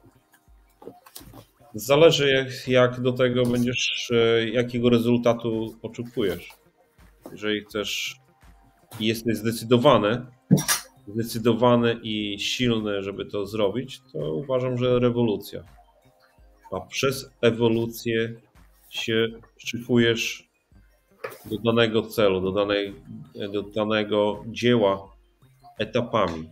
Zależy jak, jak do tego będziesz, jakiego rezultatu oczekujesz. Jeżeli chcesz i jesteś zdecydowany, zdecydowany i silny, żeby to zrobić, to uważam, że rewolucja. A przez ewolucję się szykujesz do danego celu, do, danej, do danego dzieła etapami.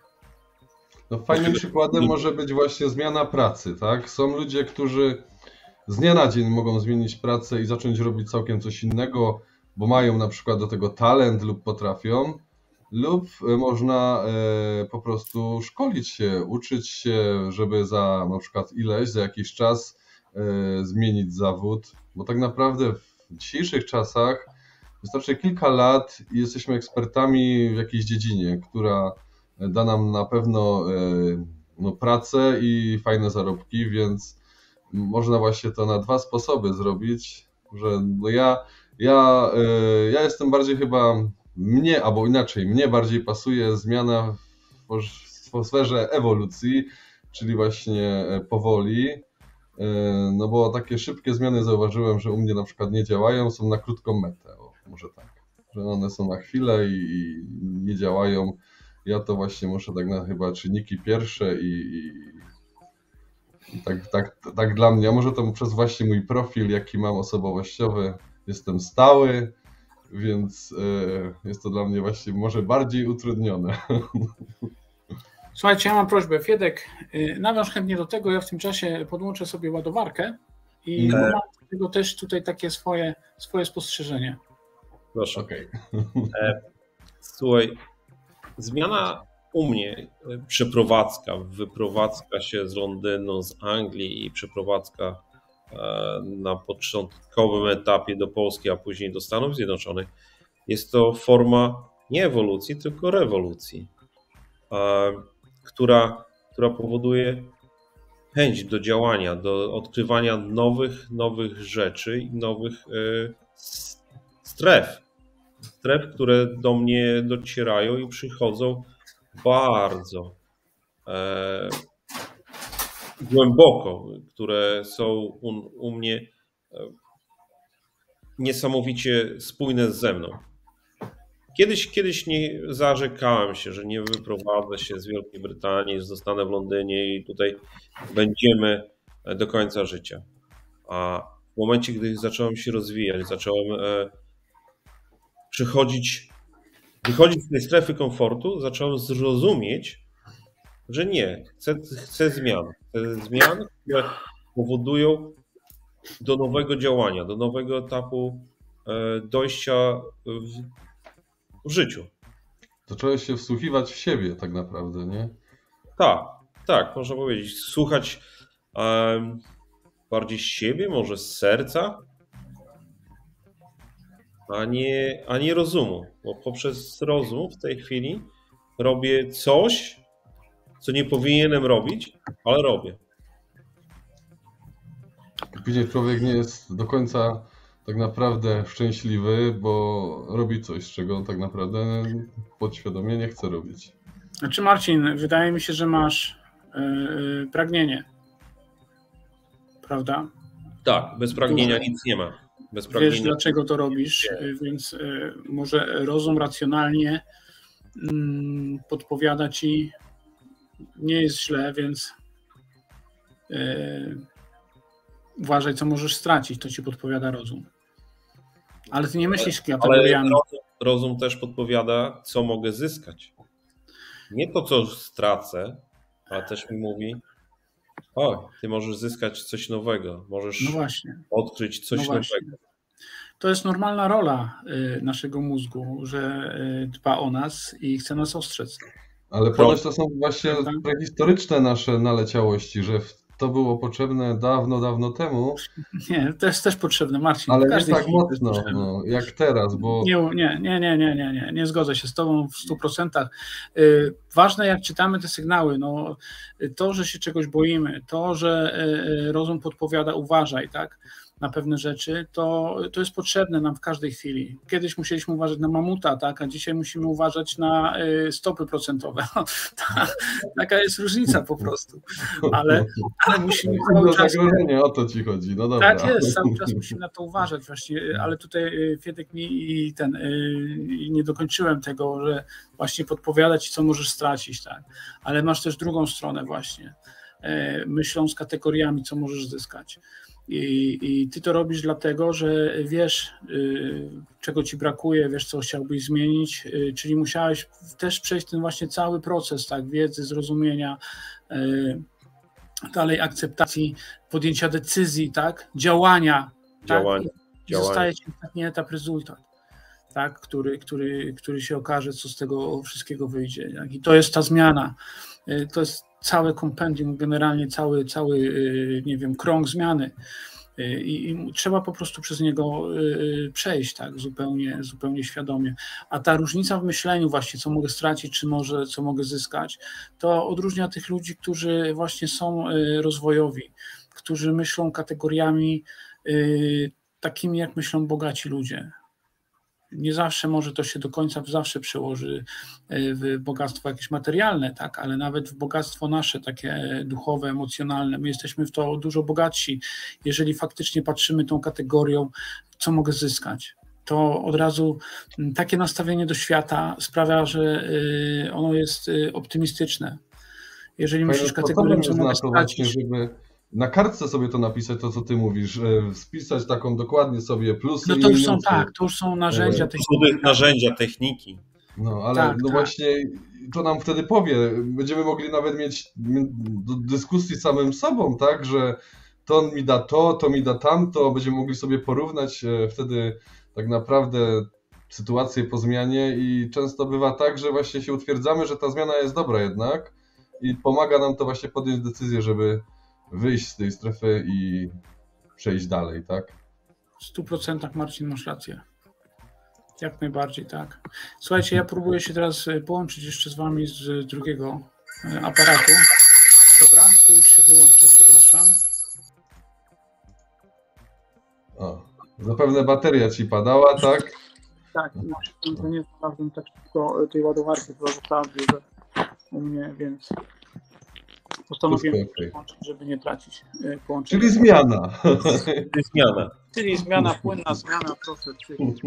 No fajnym przykładem może być właśnie zmiana pracy, tak? Są ludzie, którzy z dnia na dzień mogą zmienić pracę i zacząć robić całkiem coś innego, bo mają na przykład do tego talent lub potrafią, lub można po prostu szkolić się, uczyć się, żeby za na przykład ileś, za jakiś czas zmienić zawód, bo tak naprawdę w dzisiejszych czasach wystarczy kilka lat i jesteśmy ekspertami w jakiejś dziedzinie, która da nam na pewno no, pracę i fajne zarobki, więc można właśnie to na dwa sposoby zrobić, że no ja, ja, ja jestem bardziej chyba, mnie, albo inaczej, mnie bardziej pasuje zmiana w, w sferze ewolucji, czyli właśnie powoli, no bo takie szybkie zmiany zauważyłem, że u mnie na przykład nie działają, są na krótką metę, o, może tak, że one są na chwilę i, i nie działają. Ja to właśnie muszę tak na chyba czynniki pierwsze i, i, i tak, tak, tak dla mnie, a może to przez właśnie mój profil, jaki mam osobowościowy, jestem stały, więc y, jest to dla mnie właśnie może bardziej utrudnione. Słuchajcie, ja mam prośbę, Fiedek, nawiąż chętnie do tego, ja w tym czasie podłączę sobie ładowarkę i e... mam do tego też tutaj takie swoje, swoje spostrzeżenie. Proszę. Okay. E, słuchaj, zmiana u mnie, przeprowadzka, wyprowadzka się z Londynu, z Anglii i przeprowadzka na początkowym etapie do Polski, a później do Stanów Zjednoczonych, jest to forma nie ewolucji, tylko rewolucji, która, która powoduje chęć do działania, do odkrywania nowych, nowych rzeczy i nowych stref. Stref, które do mnie docierają i przychodzą bardzo e, głęboko, które są u, u mnie e, niesamowicie spójne ze mną. Kiedyś, kiedyś nie zarzekałem się, że nie wyprowadzę się z Wielkiej Brytanii, że zostanę w Londynie i tutaj będziemy do końca życia. A w momencie, gdy zacząłem się rozwijać, zacząłem e, przechodzić, wychodzić z tej strefy komfortu, zacząłem zrozumieć, że nie, chcę, chcę zmian. Chcę zmian, które powodują do nowego działania, do nowego etapu dojścia w, w życiu. Zacząłeś się wsłuchiwać w siebie tak naprawdę, nie? Tak, tak, można powiedzieć. Słuchać um, bardziej z siebie, może z serca, a nie, a nie rozumu. Bo poprzez rozum w tej chwili robię coś, co nie powinienem robić, ale robię. Później człowiek nie jest do końca tak naprawdę szczęśliwy, bo robi coś, czego tak naprawdę podświadomie nie chce robić. Znaczy Marcin, wydaje mi się, że masz yy, pragnienie. Prawda? Tak, bez pragnienia Dużo. nic nie ma. Bez pragnienia. Wiesz, dlaczego to robisz, yy, więc yy, może rozum racjonalnie yy, podpowiada ci, nie jest źle, więc yy, uważaj, co możesz stracić, to ci podpowiada rozum. Ale ty nie myślisz kategoriami. Ale rozum, rozum też podpowiada, co mogę zyskać. Nie to, co stracę, ale też mi mówi, o, ty możesz zyskać coś nowego, możesz No właśnie. odkryć coś No właśnie. nowego. To jest normalna rola y, naszego mózgu, że y, dba o nas i chce nas ostrzec. Ale ponoć to są właśnie Prawda? prehistoryczne nasze naleciałości, że to było potrzebne dawno, dawno temu, Nie, to jest też potrzebne, Marcin. ale w nie każdej tak chwili to jest mocno potrzebne. no, jak teraz, bo Nie, nie, nie, nie, nie, nie, nie, nie zgodzę się z tobą w stu procentach. Y, Ważne, jak czytamy te sygnały, no, to, że się czegoś boimy, to, że y, rozum podpowiada, uważaj, tak, na pewne rzeczy, to, to jest potrzebne nam w każdej chwili. Kiedyś musieliśmy uważać na mamuta, tak, a dzisiaj musimy uważać na y, stopy procentowe. Ta, taka jest różnica po prostu. Ale, ale musimy cały do czas... zagrożenia, o to ci chodzi, no dobra. Tak jest, cały czas musimy na to uważać właśnie, ale tutaj Fiedek mi i ten, i nie dokończyłem tego, że właśnie podpowiada ci, co możesz stracić, tak, ale masz też drugą stronę właśnie, myślą z kategoriami, co możesz zyskać. I, I ty to robisz dlatego, że wiesz, czego ci brakuje, wiesz, co chciałbyś zmienić, czyli musiałeś też przejść ten właśnie cały proces, tak, wiedzy, zrozumienia, dalej akceptacji, podjęcia decyzji, tak, działania, Działanie, tak? I działanie. zostaje ci ostatni etap, rezultat, tak, który, który, który się okaże, co z tego wszystkiego wyjdzie. Tak? I to jest ta zmiana, to jest całe kompendium, generalnie cały, cały, nie wiem, krąg zmiany. I, i trzeba po prostu przez niego przejść, tak, zupełnie, zupełnie świadomie. A ta różnica w myśleniu właśnie, co mogę stracić, czy może co mogę zyskać, to odróżnia tych ludzi, którzy właśnie są rozwojowi, którzy myślą kategoriami takimi, jak myślą bogaci ludzie. Nie zawsze może to się do końca zawsze przełoży w bogactwo jakieś materialne, tak, ale nawet w bogactwo nasze, takie duchowe, emocjonalne. My jesteśmy w to dużo bogatsi, jeżeli faktycznie patrzymy tą kategorią, co mogę zyskać. To od razu takie nastawienie do świata sprawia, że ono jest optymistyczne. Jeżeli myślisz kategorią, co mogę stracić, żeby na kartce sobie to napisać, to co ty mówisz, spisać taką dokładnie sobie plusy no i to już są minusy. tak, to już są narzędzia To są narzędzia, techniki. No, ale tak, no tak. właśnie to nam wtedy powie, będziemy mogli nawet mieć do dyskusji z samym sobą, tak, że to on mi da to, to mi da tamto, będziemy mogli sobie porównać wtedy tak naprawdę sytuację po zmianie i często bywa tak, że właśnie się utwierdzamy, że ta zmiana jest dobra jednak i pomaga nam to właśnie podjąć decyzję, żeby wyjść z tej strefy i przejść dalej, tak? W stu procentach, Marcin, masz rację. Jak najbardziej, tak. Słuchajcie, ja próbuję się teraz połączyć jeszcze z wami z drugiego aparatu. Dobra, tu już się wyłączę, przepraszam. O, zapewne bateria ci padała, tak? Tak, to nie sprawdzam tak szybko tej ładowarki, która została w biurze u mnie, więc postanowiłem okay. połączyć, żeby nie tracić połączenia. Czyli zmiana. Czyli zmiana. Czyli zmiana, płynna zmiana, proszę przyjść.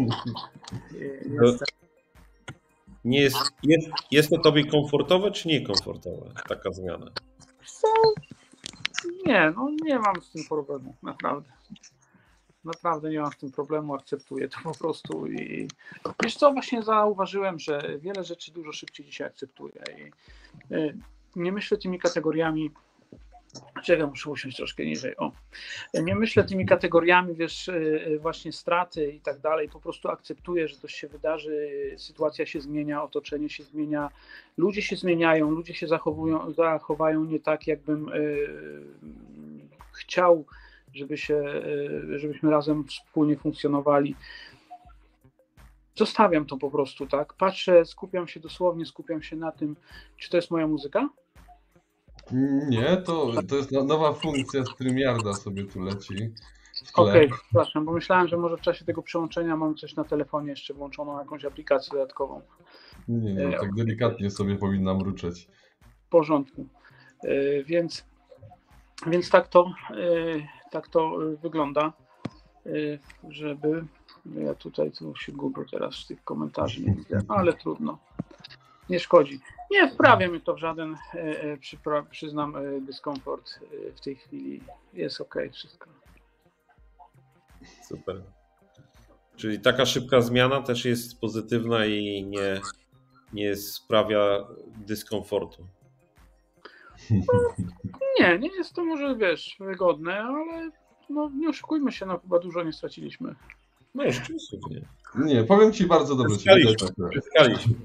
Nie jest, jest, jest to tobie komfortowe czy niekomfortowe, taka zmiana? Co? Nie, no nie mam z tym problemu, naprawdę. naprawdę nie mam z tym problemu, akceptuję to po prostu i wiesz co, właśnie zauważyłem, że wiele rzeczy dużo szybciej dzisiaj akceptuję i nie myślę tymi kategoriami. Czekaj, muszę usiąść troszkę niżej. O. Nie myślę tymi kategoriami, wiesz, właśnie straty i tak dalej. Po prostu akceptuję, że coś się wydarzy, sytuacja się zmienia, otoczenie się zmienia, ludzie się zmieniają, ludzie się zachowują, zachowają nie tak, jakbym yy, chciał, żeby się, yy, żebyśmy razem wspólnie funkcjonowali. Zostawiam to po prostu, tak? Patrzę, skupiam się dosłownie, skupiam się na tym, czy to jest moja muzyka? Nie, to, to jest nowa funkcja, StreamYarda sobie tu leci. Okej, okay, przepraszam, bo myślałem, że może w czasie tego przełączenia mam coś na telefonie jeszcze włączoną, jakąś aplikację dodatkową. Nie, nie, tak delikatnie sobie powinna mruczeć. W porządku. Więc, więc tak to, tak to wygląda, żeby... Ja tutaj tu się gubię teraz z tych komentarzy, nie widzę, ale trudno. Nie szkodzi. Nie wprawia mnie to w żaden, e, przyznam, e, dyskomfort e, w tej chwili. Jest ok, wszystko. Super. Czyli taka szybka zmiana też jest pozytywna i nie, nie sprawia dyskomfortu. No, nie, nie jest to może, wiesz, wygodne, ale no, nie oszukujmy się, no chyba dużo nie straciliśmy. No rzeczywiście nie. Nie, powiem Ci bardzo dobrze. Zyskaliśmy.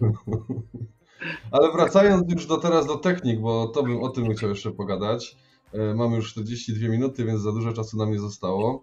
Ale wracając już do teraz do technik, bo to bym o tym chciał jeszcze pogadać. Mamy już czterdzieści dwie minuty, więc za dużo czasu nam nie zostało.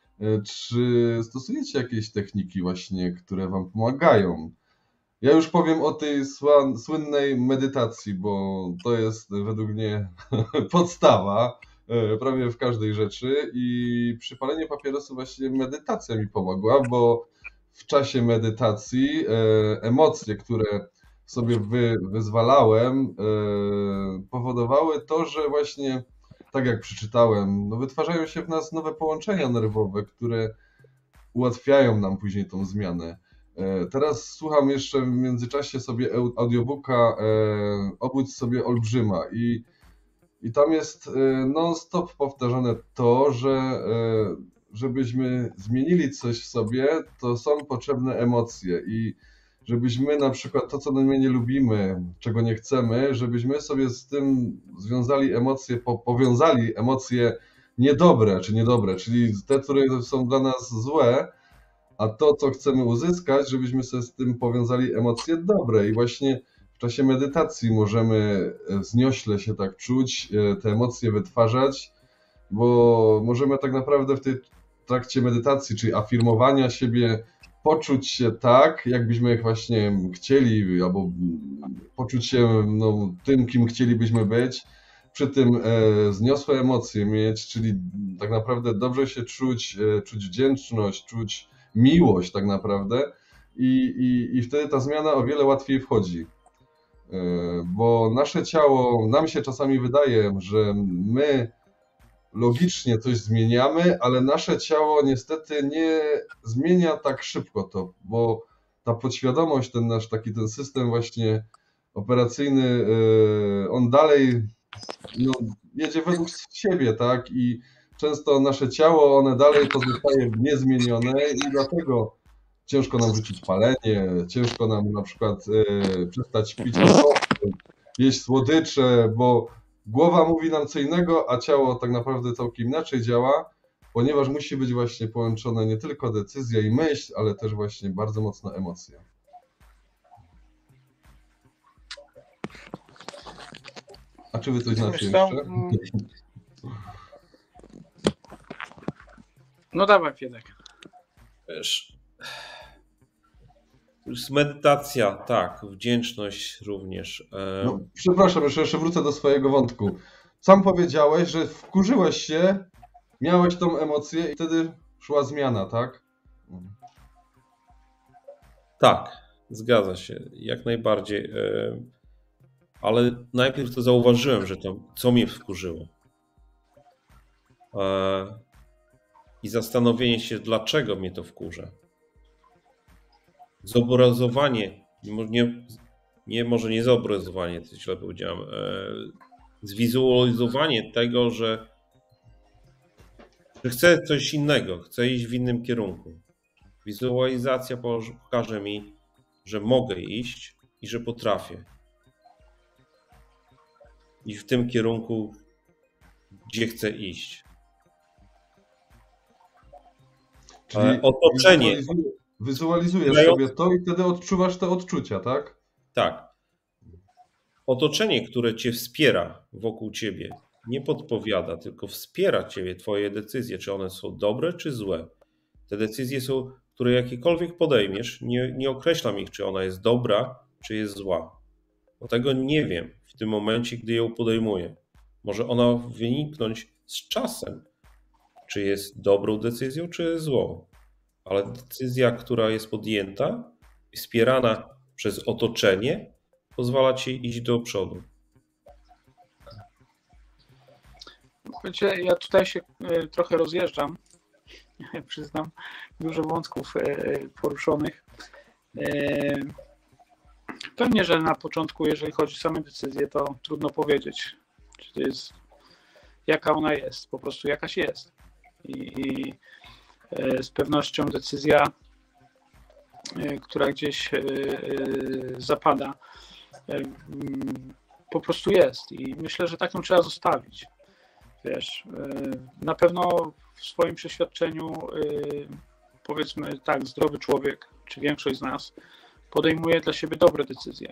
Czy stosujecie jakieś techniki właśnie, które Wam pomagają? Ja już powiem o tej słynnej medytacji, bo to jest według mnie podstawa prawie w każdej rzeczy i przypalenie papierosu właśnie medytacja mi pomogła, bo w czasie medytacji emocje, które sobie wy, wyzwalałem, powodowały to, że właśnie, tak jak przeczytałem, no wytwarzają się w nas nowe połączenia nerwowe, które ułatwiają nam później tą zmianę. Teraz słucham jeszcze w międzyczasie sobie audiobooka Obudź sobie olbrzyma i, i tam jest non-stop powtarzane to, że żebyśmy zmienili coś w sobie, to są potrzebne emocje i żebyśmy na przykład to, co my nie lubimy, czego nie chcemy, żebyśmy sobie z tym związali emocje, po, powiązali emocje niedobre czy niedobre, czyli te, które są dla nas złe, a to, co chcemy uzyskać, żebyśmy sobie z tym powiązali emocje dobre i właśnie w czasie medytacji możemy wzniośle się tak czuć, te emocje wytwarzać, bo możemy tak naprawdę w tej trakcie medytacji, czyli afirmowania siebie, poczuć się tak, jakbyśmy właśnie chcieli, albo poczuć się no, tym, kim chcielibyśmy być, przy tym e, wzniosłe emocje mieć, czyli tak naprawdę dobrze się czuć, e, czuć wdzięczność, czuć miłość tak naprawdę i, i, i wtedy ta zmiana o wiele łatwiej wchodzi. E, bo nasze ciało, nam się czasami wydaje, że my logicznie coś zmieniamy, ale nasze ciało niestety nie zmienia tak szybko to, bo ta podświadomość, ten nasz taki ten system właśnie operacyjny, on dalej no, jedzie według siebie, tak? I często nasze ciało, one dalej pozostaje niezmienione i dlatego ciężko nam rzucić palenie, ciężko nam na przykład przestać pić alkohol, jeść słodycze, bo głowa mówi nam co innego, a ciało tak naprawdę całkiem inaczej działa, ponieważ musi być właśnie połączone nie tylko decyzja i myśl, ale też właśnie bardzo mocno emocje. A czy wy coś znacie jeszcze? No dawaj, Fiedek. Wiesz, już medytacja, tak, wdzięczność również. No, przepraszam, jeszcze, jeszcze wrócę do swojego wątku. Sam powiedziałeś, że wkurzyłeś się, miałeś tą emocję i wtedy szła zmiana, tak? Tak, zgadza się, jak najbardziej. Ale najpierw to zauważyłem, że to, co mnie wkurzyło. I zastanowienie się, dlaczego mnie to wkurza. Zobrazowanie, nie, nie może nie zobrazowanie, to źle powiedziałem, zwizualizowanie tego, że że chcę coś innego, chcę iść w innym kierunku. Wizualizacja pokaże mi, że mogę iść i że potrafię. I w tym kierunku, gdzie chcę iść. Czyli otoczenie. Wizualizuj, wizualizujesz sobie to i wtedy odczuwasz te odczucia, tak? Tak. Otoczenie, które cię wspiera wokół ciebie, nie podpowiada, tylko wspiera ciebie, twoje decyzje, czy one są dobre, czy złe. Te decyzje są, które jakiekolwiek podejmiesz, nie, nie określam ich, czy ona jest dobra, czy jest zła. Bo tego nie wiem w tym momencie, gdy ją podejmuję. Może ona wyniknąć z czasem, czy jest dobrą decyzją, czy złą. Ale decyzja, która jest podjęta, wspierana przez otoczenie, pozwala ci iść do przodu. Wiecie, ja tutaj się trochę rozjeżdżam, przyznam, dużo wątków poruszonych. Pewnie, że na początku, jeżeli chodzi o same decyzje, to trudno powiedzieć, czy to jest, jaka ona jest, po prostu jakaś jest. I, i z pewnością decyzja, która gdzieś zapada, po prostu jest i myślę, że taką trzeba zostawić. Wiesz, na pewno w swoim przeświadczeniu, powiedzmy tak, zdrowy człowiek, czy większość z nas podejmuje dla siebie dobre decyzje.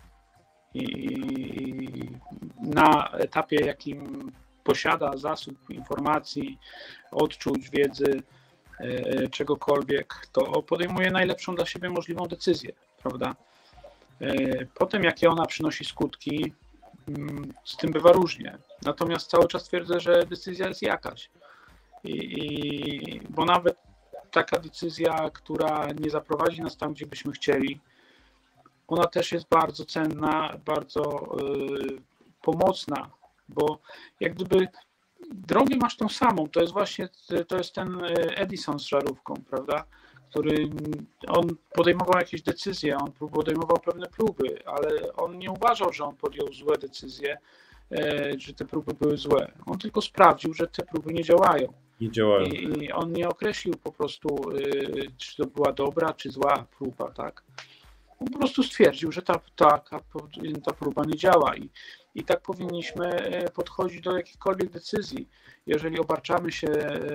I na etapie, jakim posiada zasób informacji, odczuć, wiedzy, czegokolwiek, to podejmuje najlepszą dla siebie możliwą decyzję, prawda? Potem, jakie ona przynosi skutki, z tym bywa różnie. Natomiast cały czas twierdzę, że decyzja jest jakaś. I, i, bo nawet taka decyzja, która nie zaprowadzi nas tam, gdzie byśmy chcieli, ona też jest bardzo cenna, bardzo y, pomocna, bo jak gdyby drogę masz tą samą, to jest właśnie to jest ten Edison z żarówką, prawda? Który on podejmował jakieś decyzje, on podejmował pewne próby, ale on nie uważał, że on podjął złe decyzje, że te próby były złe. On tylko sprawdził, że te próby nie działają. Nie działają. I, i on nie określił po prostu, czy to była dobra, czy zła próba, tak? On po prostu stwierdził, że ta, ta, ta próba nie działa i, i tak powinniśmy podchodzić do jakichkolwiek decyzji. Jeżeli obarczamy się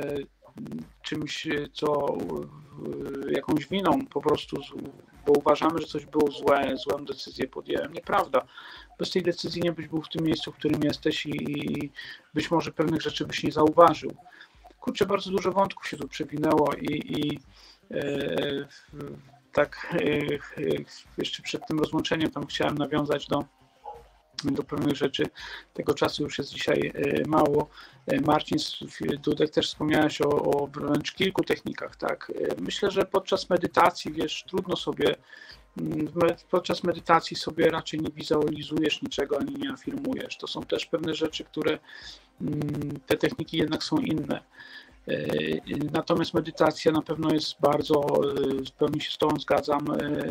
czymś, co jakąś winą po prostu, bo uważamy, że coś było złe, złą decyzję podjąłem. Nieprawda. Bez tej decyzji nie byś był w tym miejscu, w którym jesteś i, i być może pewnych rzeczy byś nie zauważył. Kurczę, bardzo dużo wątków się tu przewinęło i, i e, tak e, jeszcze przed tym rozłączeniem tam chciałem nawiązać do do pewnych rzeczy. Tego czasu już jest dzisiaj mało. Marcin Dudek, też wspomniałeś o, o wręcz kilku technikach, tak? Myślę, że podczas medytacji, wiesz, trudno sobie, podczas medytacji sobie raczej nie wizualizujesz niczego, ani nie afirmujesz. To są też pewne rzeczy, które te techniki jednak są inne. Natomiast medytacja na pewno jest bardzo, w pełni się z Tobą zgadzam,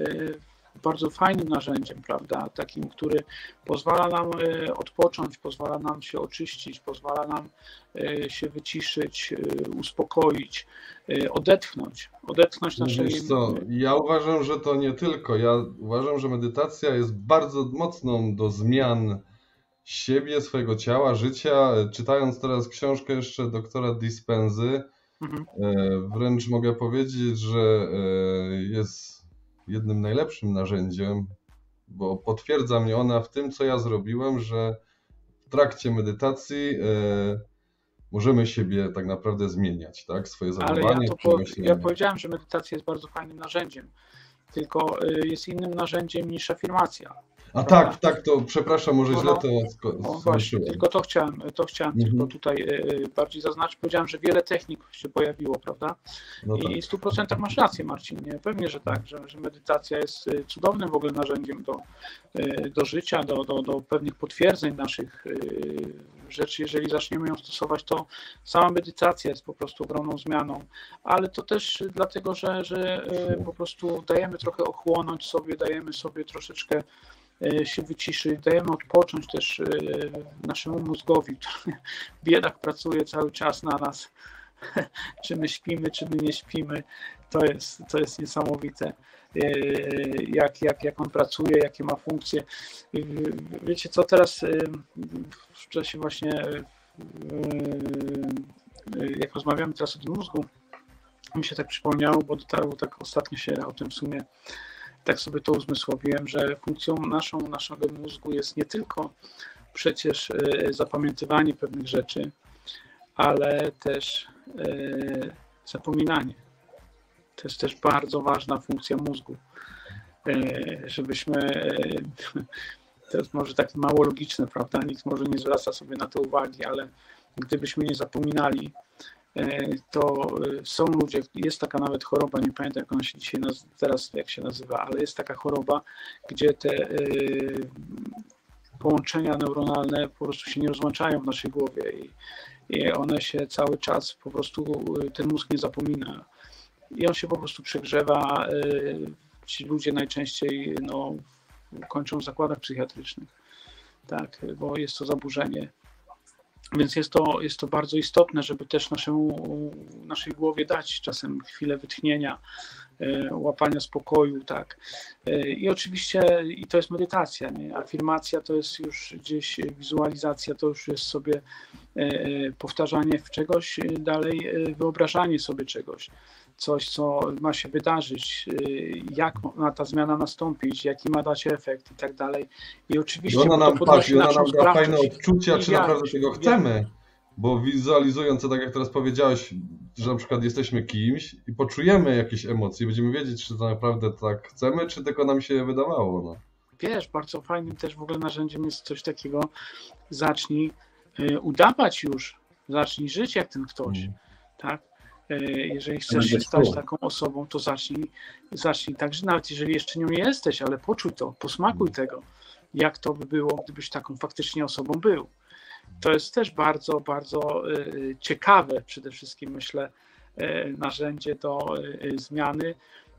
bardzo fajnym narzędziem, prawda, takim, który pozwala nam odpocząć, pozwala nam się oczyścić, pozwala nam się wyciszyć, uspokoić, odetchnąć, odetchnąć naszej... Wiesz co, ja uważam, że to nie tylko, ja uważam, że medytacja jest bardzo mocną do zmian siebie, swojego ciała, życia. Czytając teraz książkę jeszcze doktora Dispensy, mhm. wręcz mogę powiedzieć, że jest jednym najlepszym narzędziem, bo potwierdza mnie ona w tym, co ja zrobiłem, że w trakcie medytacji e, możemy siebie tak naprawdę zmieniać, tak? Swoje zachowanie. Ale ja, to po, ja powiedziałem, że medytacja jest bardzo fajnym narzędziem, tylko jest innym narzędziem niż afirmacja. A prawda? tak, tak, to przepraszam, może no, źle to no, właśnie, tylko to chciałem, to chciałem mhm. tylko tutaj bardziej zaznaczyć. Powiedziałem, że wiele technik się pojawiło, prawda? No tak. I w stu procentach masz rację, Marcin. Nie? Pewnie, że tak, że, że medytacja jest cudownym w ogóle narzędziem do, do życia, do, do, do pewnych potwierdzeń naszych rzeczy. Jeżeli zaczniemy ją stosować, to sama medytacja jest po prostu ogromną zmianą, ale to też dlatego, że, że po prostu dajemy trochę ochłonąć sobie, dajemy sobie troszeczkę się wyciszyć, dajemy odpocząć też naszemu mózgowi, który biedak pracuje cały czas na nas czy my śpimy, czy my nie śpimy. To jest, to jest niesamowite, jak, jak, jak on pracuje, jakie ma funkcje. Wiecie co, teraz w czasie właśnie, jak rozmawiamy teraz o tym mózgu, mi się tak przypomniało, bo dotarło tak ostatnio się o tym w sumie, tak sobie to uzmysłowiłem, że funkcją naszą, naszego mózgu jest nie tylko przecież zapamiętywanie pewnych rzeczy, ale też zapominanie. To jest też bardzo ważna funkcja mózgu, żebyśmy, to jest może tak mało logiczne, prawda, nikt może nie zwraca sobie na to uwagi, ale gdybyśmy nie zapominali, to są ludzie, jest taka nawet choroba, nie pamiętam jak ona się dzisiaj naz- teraz jak się nazywa, ale jest taka choroba, gdzie te y, połączenia neuronalne po prostu się nie rozłączają w naszej głowie i, i one się cały czas po prostu, ten mózg nie zapomina i on się po prostu przegrzewa. Y, ci ludzie najczęściej no, kończą w zakładach psychiatrycznych, tak, bo jest to zaburzenie. Więc jest to, jest to bardzo istotne, żeby też naszemu, naszej głowie dać czasem chwilę wytchnienia, łapania spokoju, tak. I oczywiście i to jest medytacja, nie? Afirmacja to jest już gdzieś wizualizacja, to już jest sobie powtarzanie w czegoś, dalej wyobrażanie sobie czegoś, coś, co ma się wydarzyć, jak ma ta zmiana nastąpić, jaki ma dać efekt i tak dalej. I oczywiście ona nam, to tak, ona nam da sprawczość. fajne odczucia, czy ja, naprawdę tego chcemy. Bo wizualizując, tak jak teraz powiedziałeś, że na przykład jesteśmy kimś i poczujemy jakieś emocje, będziemy wiedzieć, czy to naprawdę tak chcemy, czy tylko nam się wydawało. No. Wiesz, bardzo fajnym też w ogóle narzędziem jest coś takiego, zacznij y, udawać już, zacznij żyć jak ten ktoś, mm. tak? Y, jeżeli chcesz się stać taką osobą, to zacznij, zacznij także, nawet jeżeli jeszcze nią nie jesteś, ale poczuj to, posmakuj mm. tego, jak to by było, gdybyś taką faktycznie osobą był. To jest też bardzo, bardzo y, ciekawe przede wszystkim, myślę, y, narzędzie do y, zmiany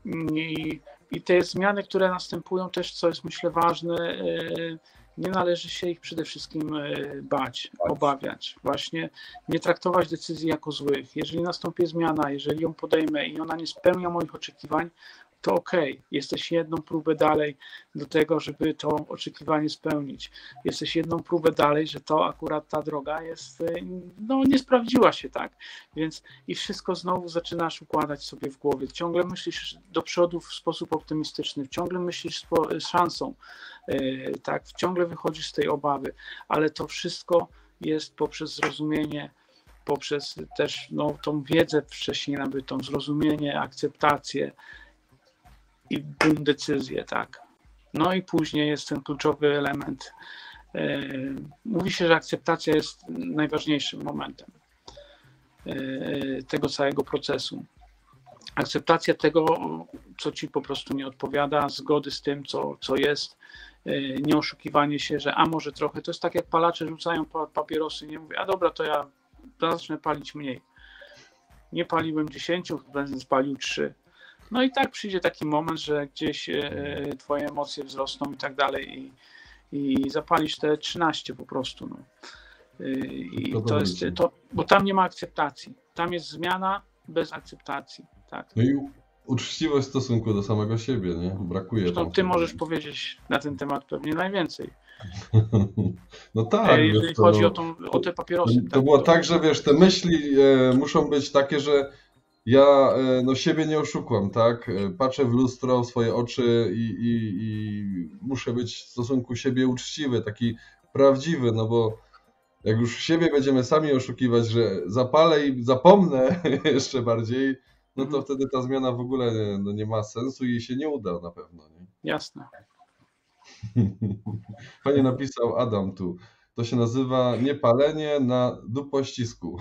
I, i te zmiany, które następują też, co jest myślę ważne, y, nie należy się ich przede wszystkim y, bać, obawiać. Właśnie nie traktować decyzji jako złych. Jeżeli nastąpi zmiana, jeżeli ją podejmę i ona nie spełnia moich oczekiwań, to okej, okay. Jesteś jedną próbę dalej do tego, żeby to oczekiwanie spełnić. Jesteś jedną próbę dalej, że to akurat ta droga jest, no nie sprawdziła się, tak? Więc i wszystko znowu zaczynasz układać sobie w głowie. Ciągle myślisz do przodu w sposób optymistyczny, ciągle myślisz z szansą, tak? Ciągle wychodzisz z tej obawy, ale to wszystko jest poprzez zrozumienie, poprzez też no, tą wiedzę wcześniej nabytą, zrozumienie, akceptację, i bum, decyzję, tak. No i później jest ten kluczowy element. Mówi się, że akceptacja jest najważniejszym momentem tego całego procesu. Akceptacja tego, co ci po prostu nie odpowiada, zgody z tym, co, co jest, nie oszukiwanie się, że a może trochę, to jest tak jak palacze rzucają papierosy, nie mówię, a dobra, to ja zacznę palić mniej. Nie paliłem dziesięciu, będę spalił trzy. No i tak przyjdzie taki moment, że gdzieś twoje emocje wzrosną i tak dalej i, i zapalisz te trzynaście po prostu. No. I to, to jest to, bo tam nie ma akceptacji. Tam jest zmiana bez akceptacji. Tak. No i uczciwość w stosunku do samego siebie, nie? Brakuje. Zresztą ty możesz powiedzieć na ten temat pewnie najwięcej. No tak. Jeżeli to, chodzi o, tą, o te papierosy. To tak, było to... tak, że wiesz, te myśli e, muszą być takie, że ja no, siebie nie oszukam, tak? Patrzę w lustro, w swoje oczy i, i, i muszę być w stosunku siebie uczciwy, taki prawdziwy, no bo jak już siebie będziemy sami oszukiwać, że zapalę i zapomnę jeszcze bardziej, no to mhm. wtedy ta zmiana w ogóle no, nie ma sensu i się nie uda na pewno. Nie? Jasne. Fajnie napisał Adam tu. To się nazywa niepalenie na dupościsku.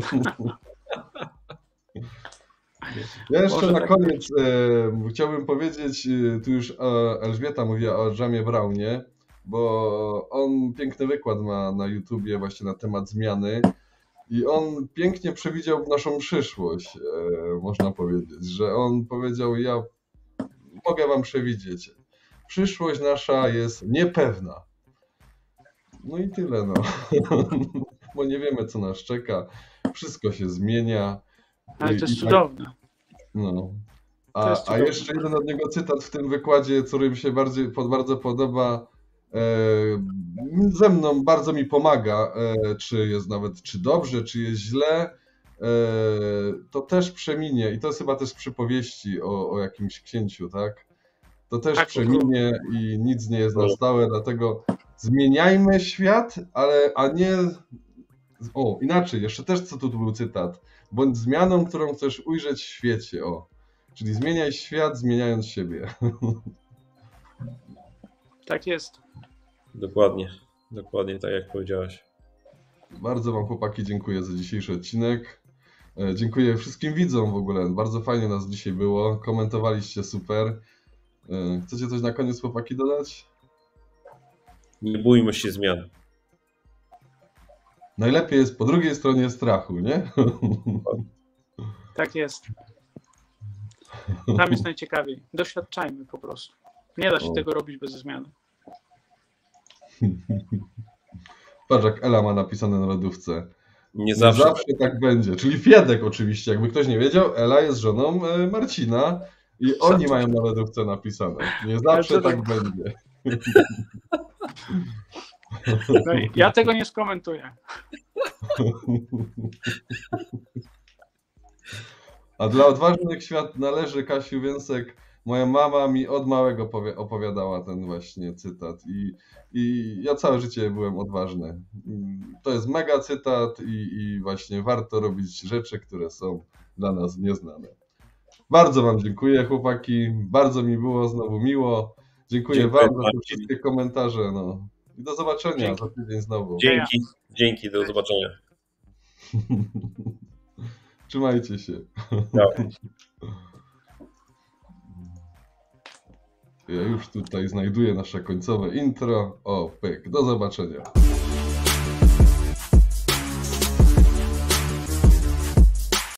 Ja jeszcze Może na tak koniec e, chciałbym powiedzieć, e, tu już e, Elżbieta mówiła o Jamie Brownie, bo on piękny wykład ma na YouTubie właśnie na temat zmiany i on pięknie przewidział naszą przyszłość, e, można powiedzieć, że on powiedział, ja mogę wam przewidzieć, przyszłość nasza jest niepewna. No i tyle, no, bo nie wiemy, co nas czeka, wszystko się zmienia. Ale to jest I- i- cudowne. No. To A, jest a cudowne. jeszcze jeden od niego cytat w tym wykładzie, który mi się bardziej, pod, bardzo podoba. E, ze mną bardzo mi pomaga, e, czy jest nawet, czy dobrze, czy jest źle, e, to też przeminie. I to jest chyba też z przypowieści o, o jakimś księciu, tak? To też Tak, przeminie i nic nie jest na stałe, dlatego zmieniajmy świat, ale a nie. O, inaczej, jeszcze też co tu był cytat. Bądź zmianą, którą chcesz ujrzeć w świecie. O. Czyli zmieniaj świat, zmieniając siebie. Tak jest. Dokładnie, dokładnie tak jak powiedziałeś. Bardzo wam, chłopaki, dziękuję za dzisiejszy odcinek. E, Dziękuję wszystkim widzom w ogóle. Bardzo fajnie nas dzisiaj było. Komentowaliście super. E, Chcecie coś na koniec, chłopaki, dodać? Nie bójmy się zmian. Najlepiej jest po drugiej stronie strachu, nie? Tak jest. Tam jest najciekawiej. Doświadczajmy po prostu. Nie da się O. tego robić bez zmiany. Patrz, jak Ela ma napisane na lodówce. Nie Nie zawsze. zawsze tak będzie. Czyli Fiedek oczywiście. Jakby ktoś nie wiedział, Ela jest żoną e, Marcina i oni mają na lodówce napisane. Nie zawsze Ale to tak będzie. No i ja tego nie skomentuję. A dla odważnych świat należy, Kasiu Więsek. Moja mama mi od małego powie- opowiadała ten właśnie cytat i, i ja całe życie byłem odważny. To jest mega cytat i, i właśnie warto robić rzeczy, które są dla nas nieznane. Bardzo wam dziękuję, chłopaki. Bardzo mi było znowu miło. Dziękuję, Dziękuję wam za te bardzo. wszystkie komentarze. No. I do zobaczenia Dzięki. za tydzień znowu. Dzięki, dzięki, do zobaczenia. Trzymajcie się. Tak. Ja już tutaj znajduję nasze końcowe intro. O, pyk. Do zobaczenia.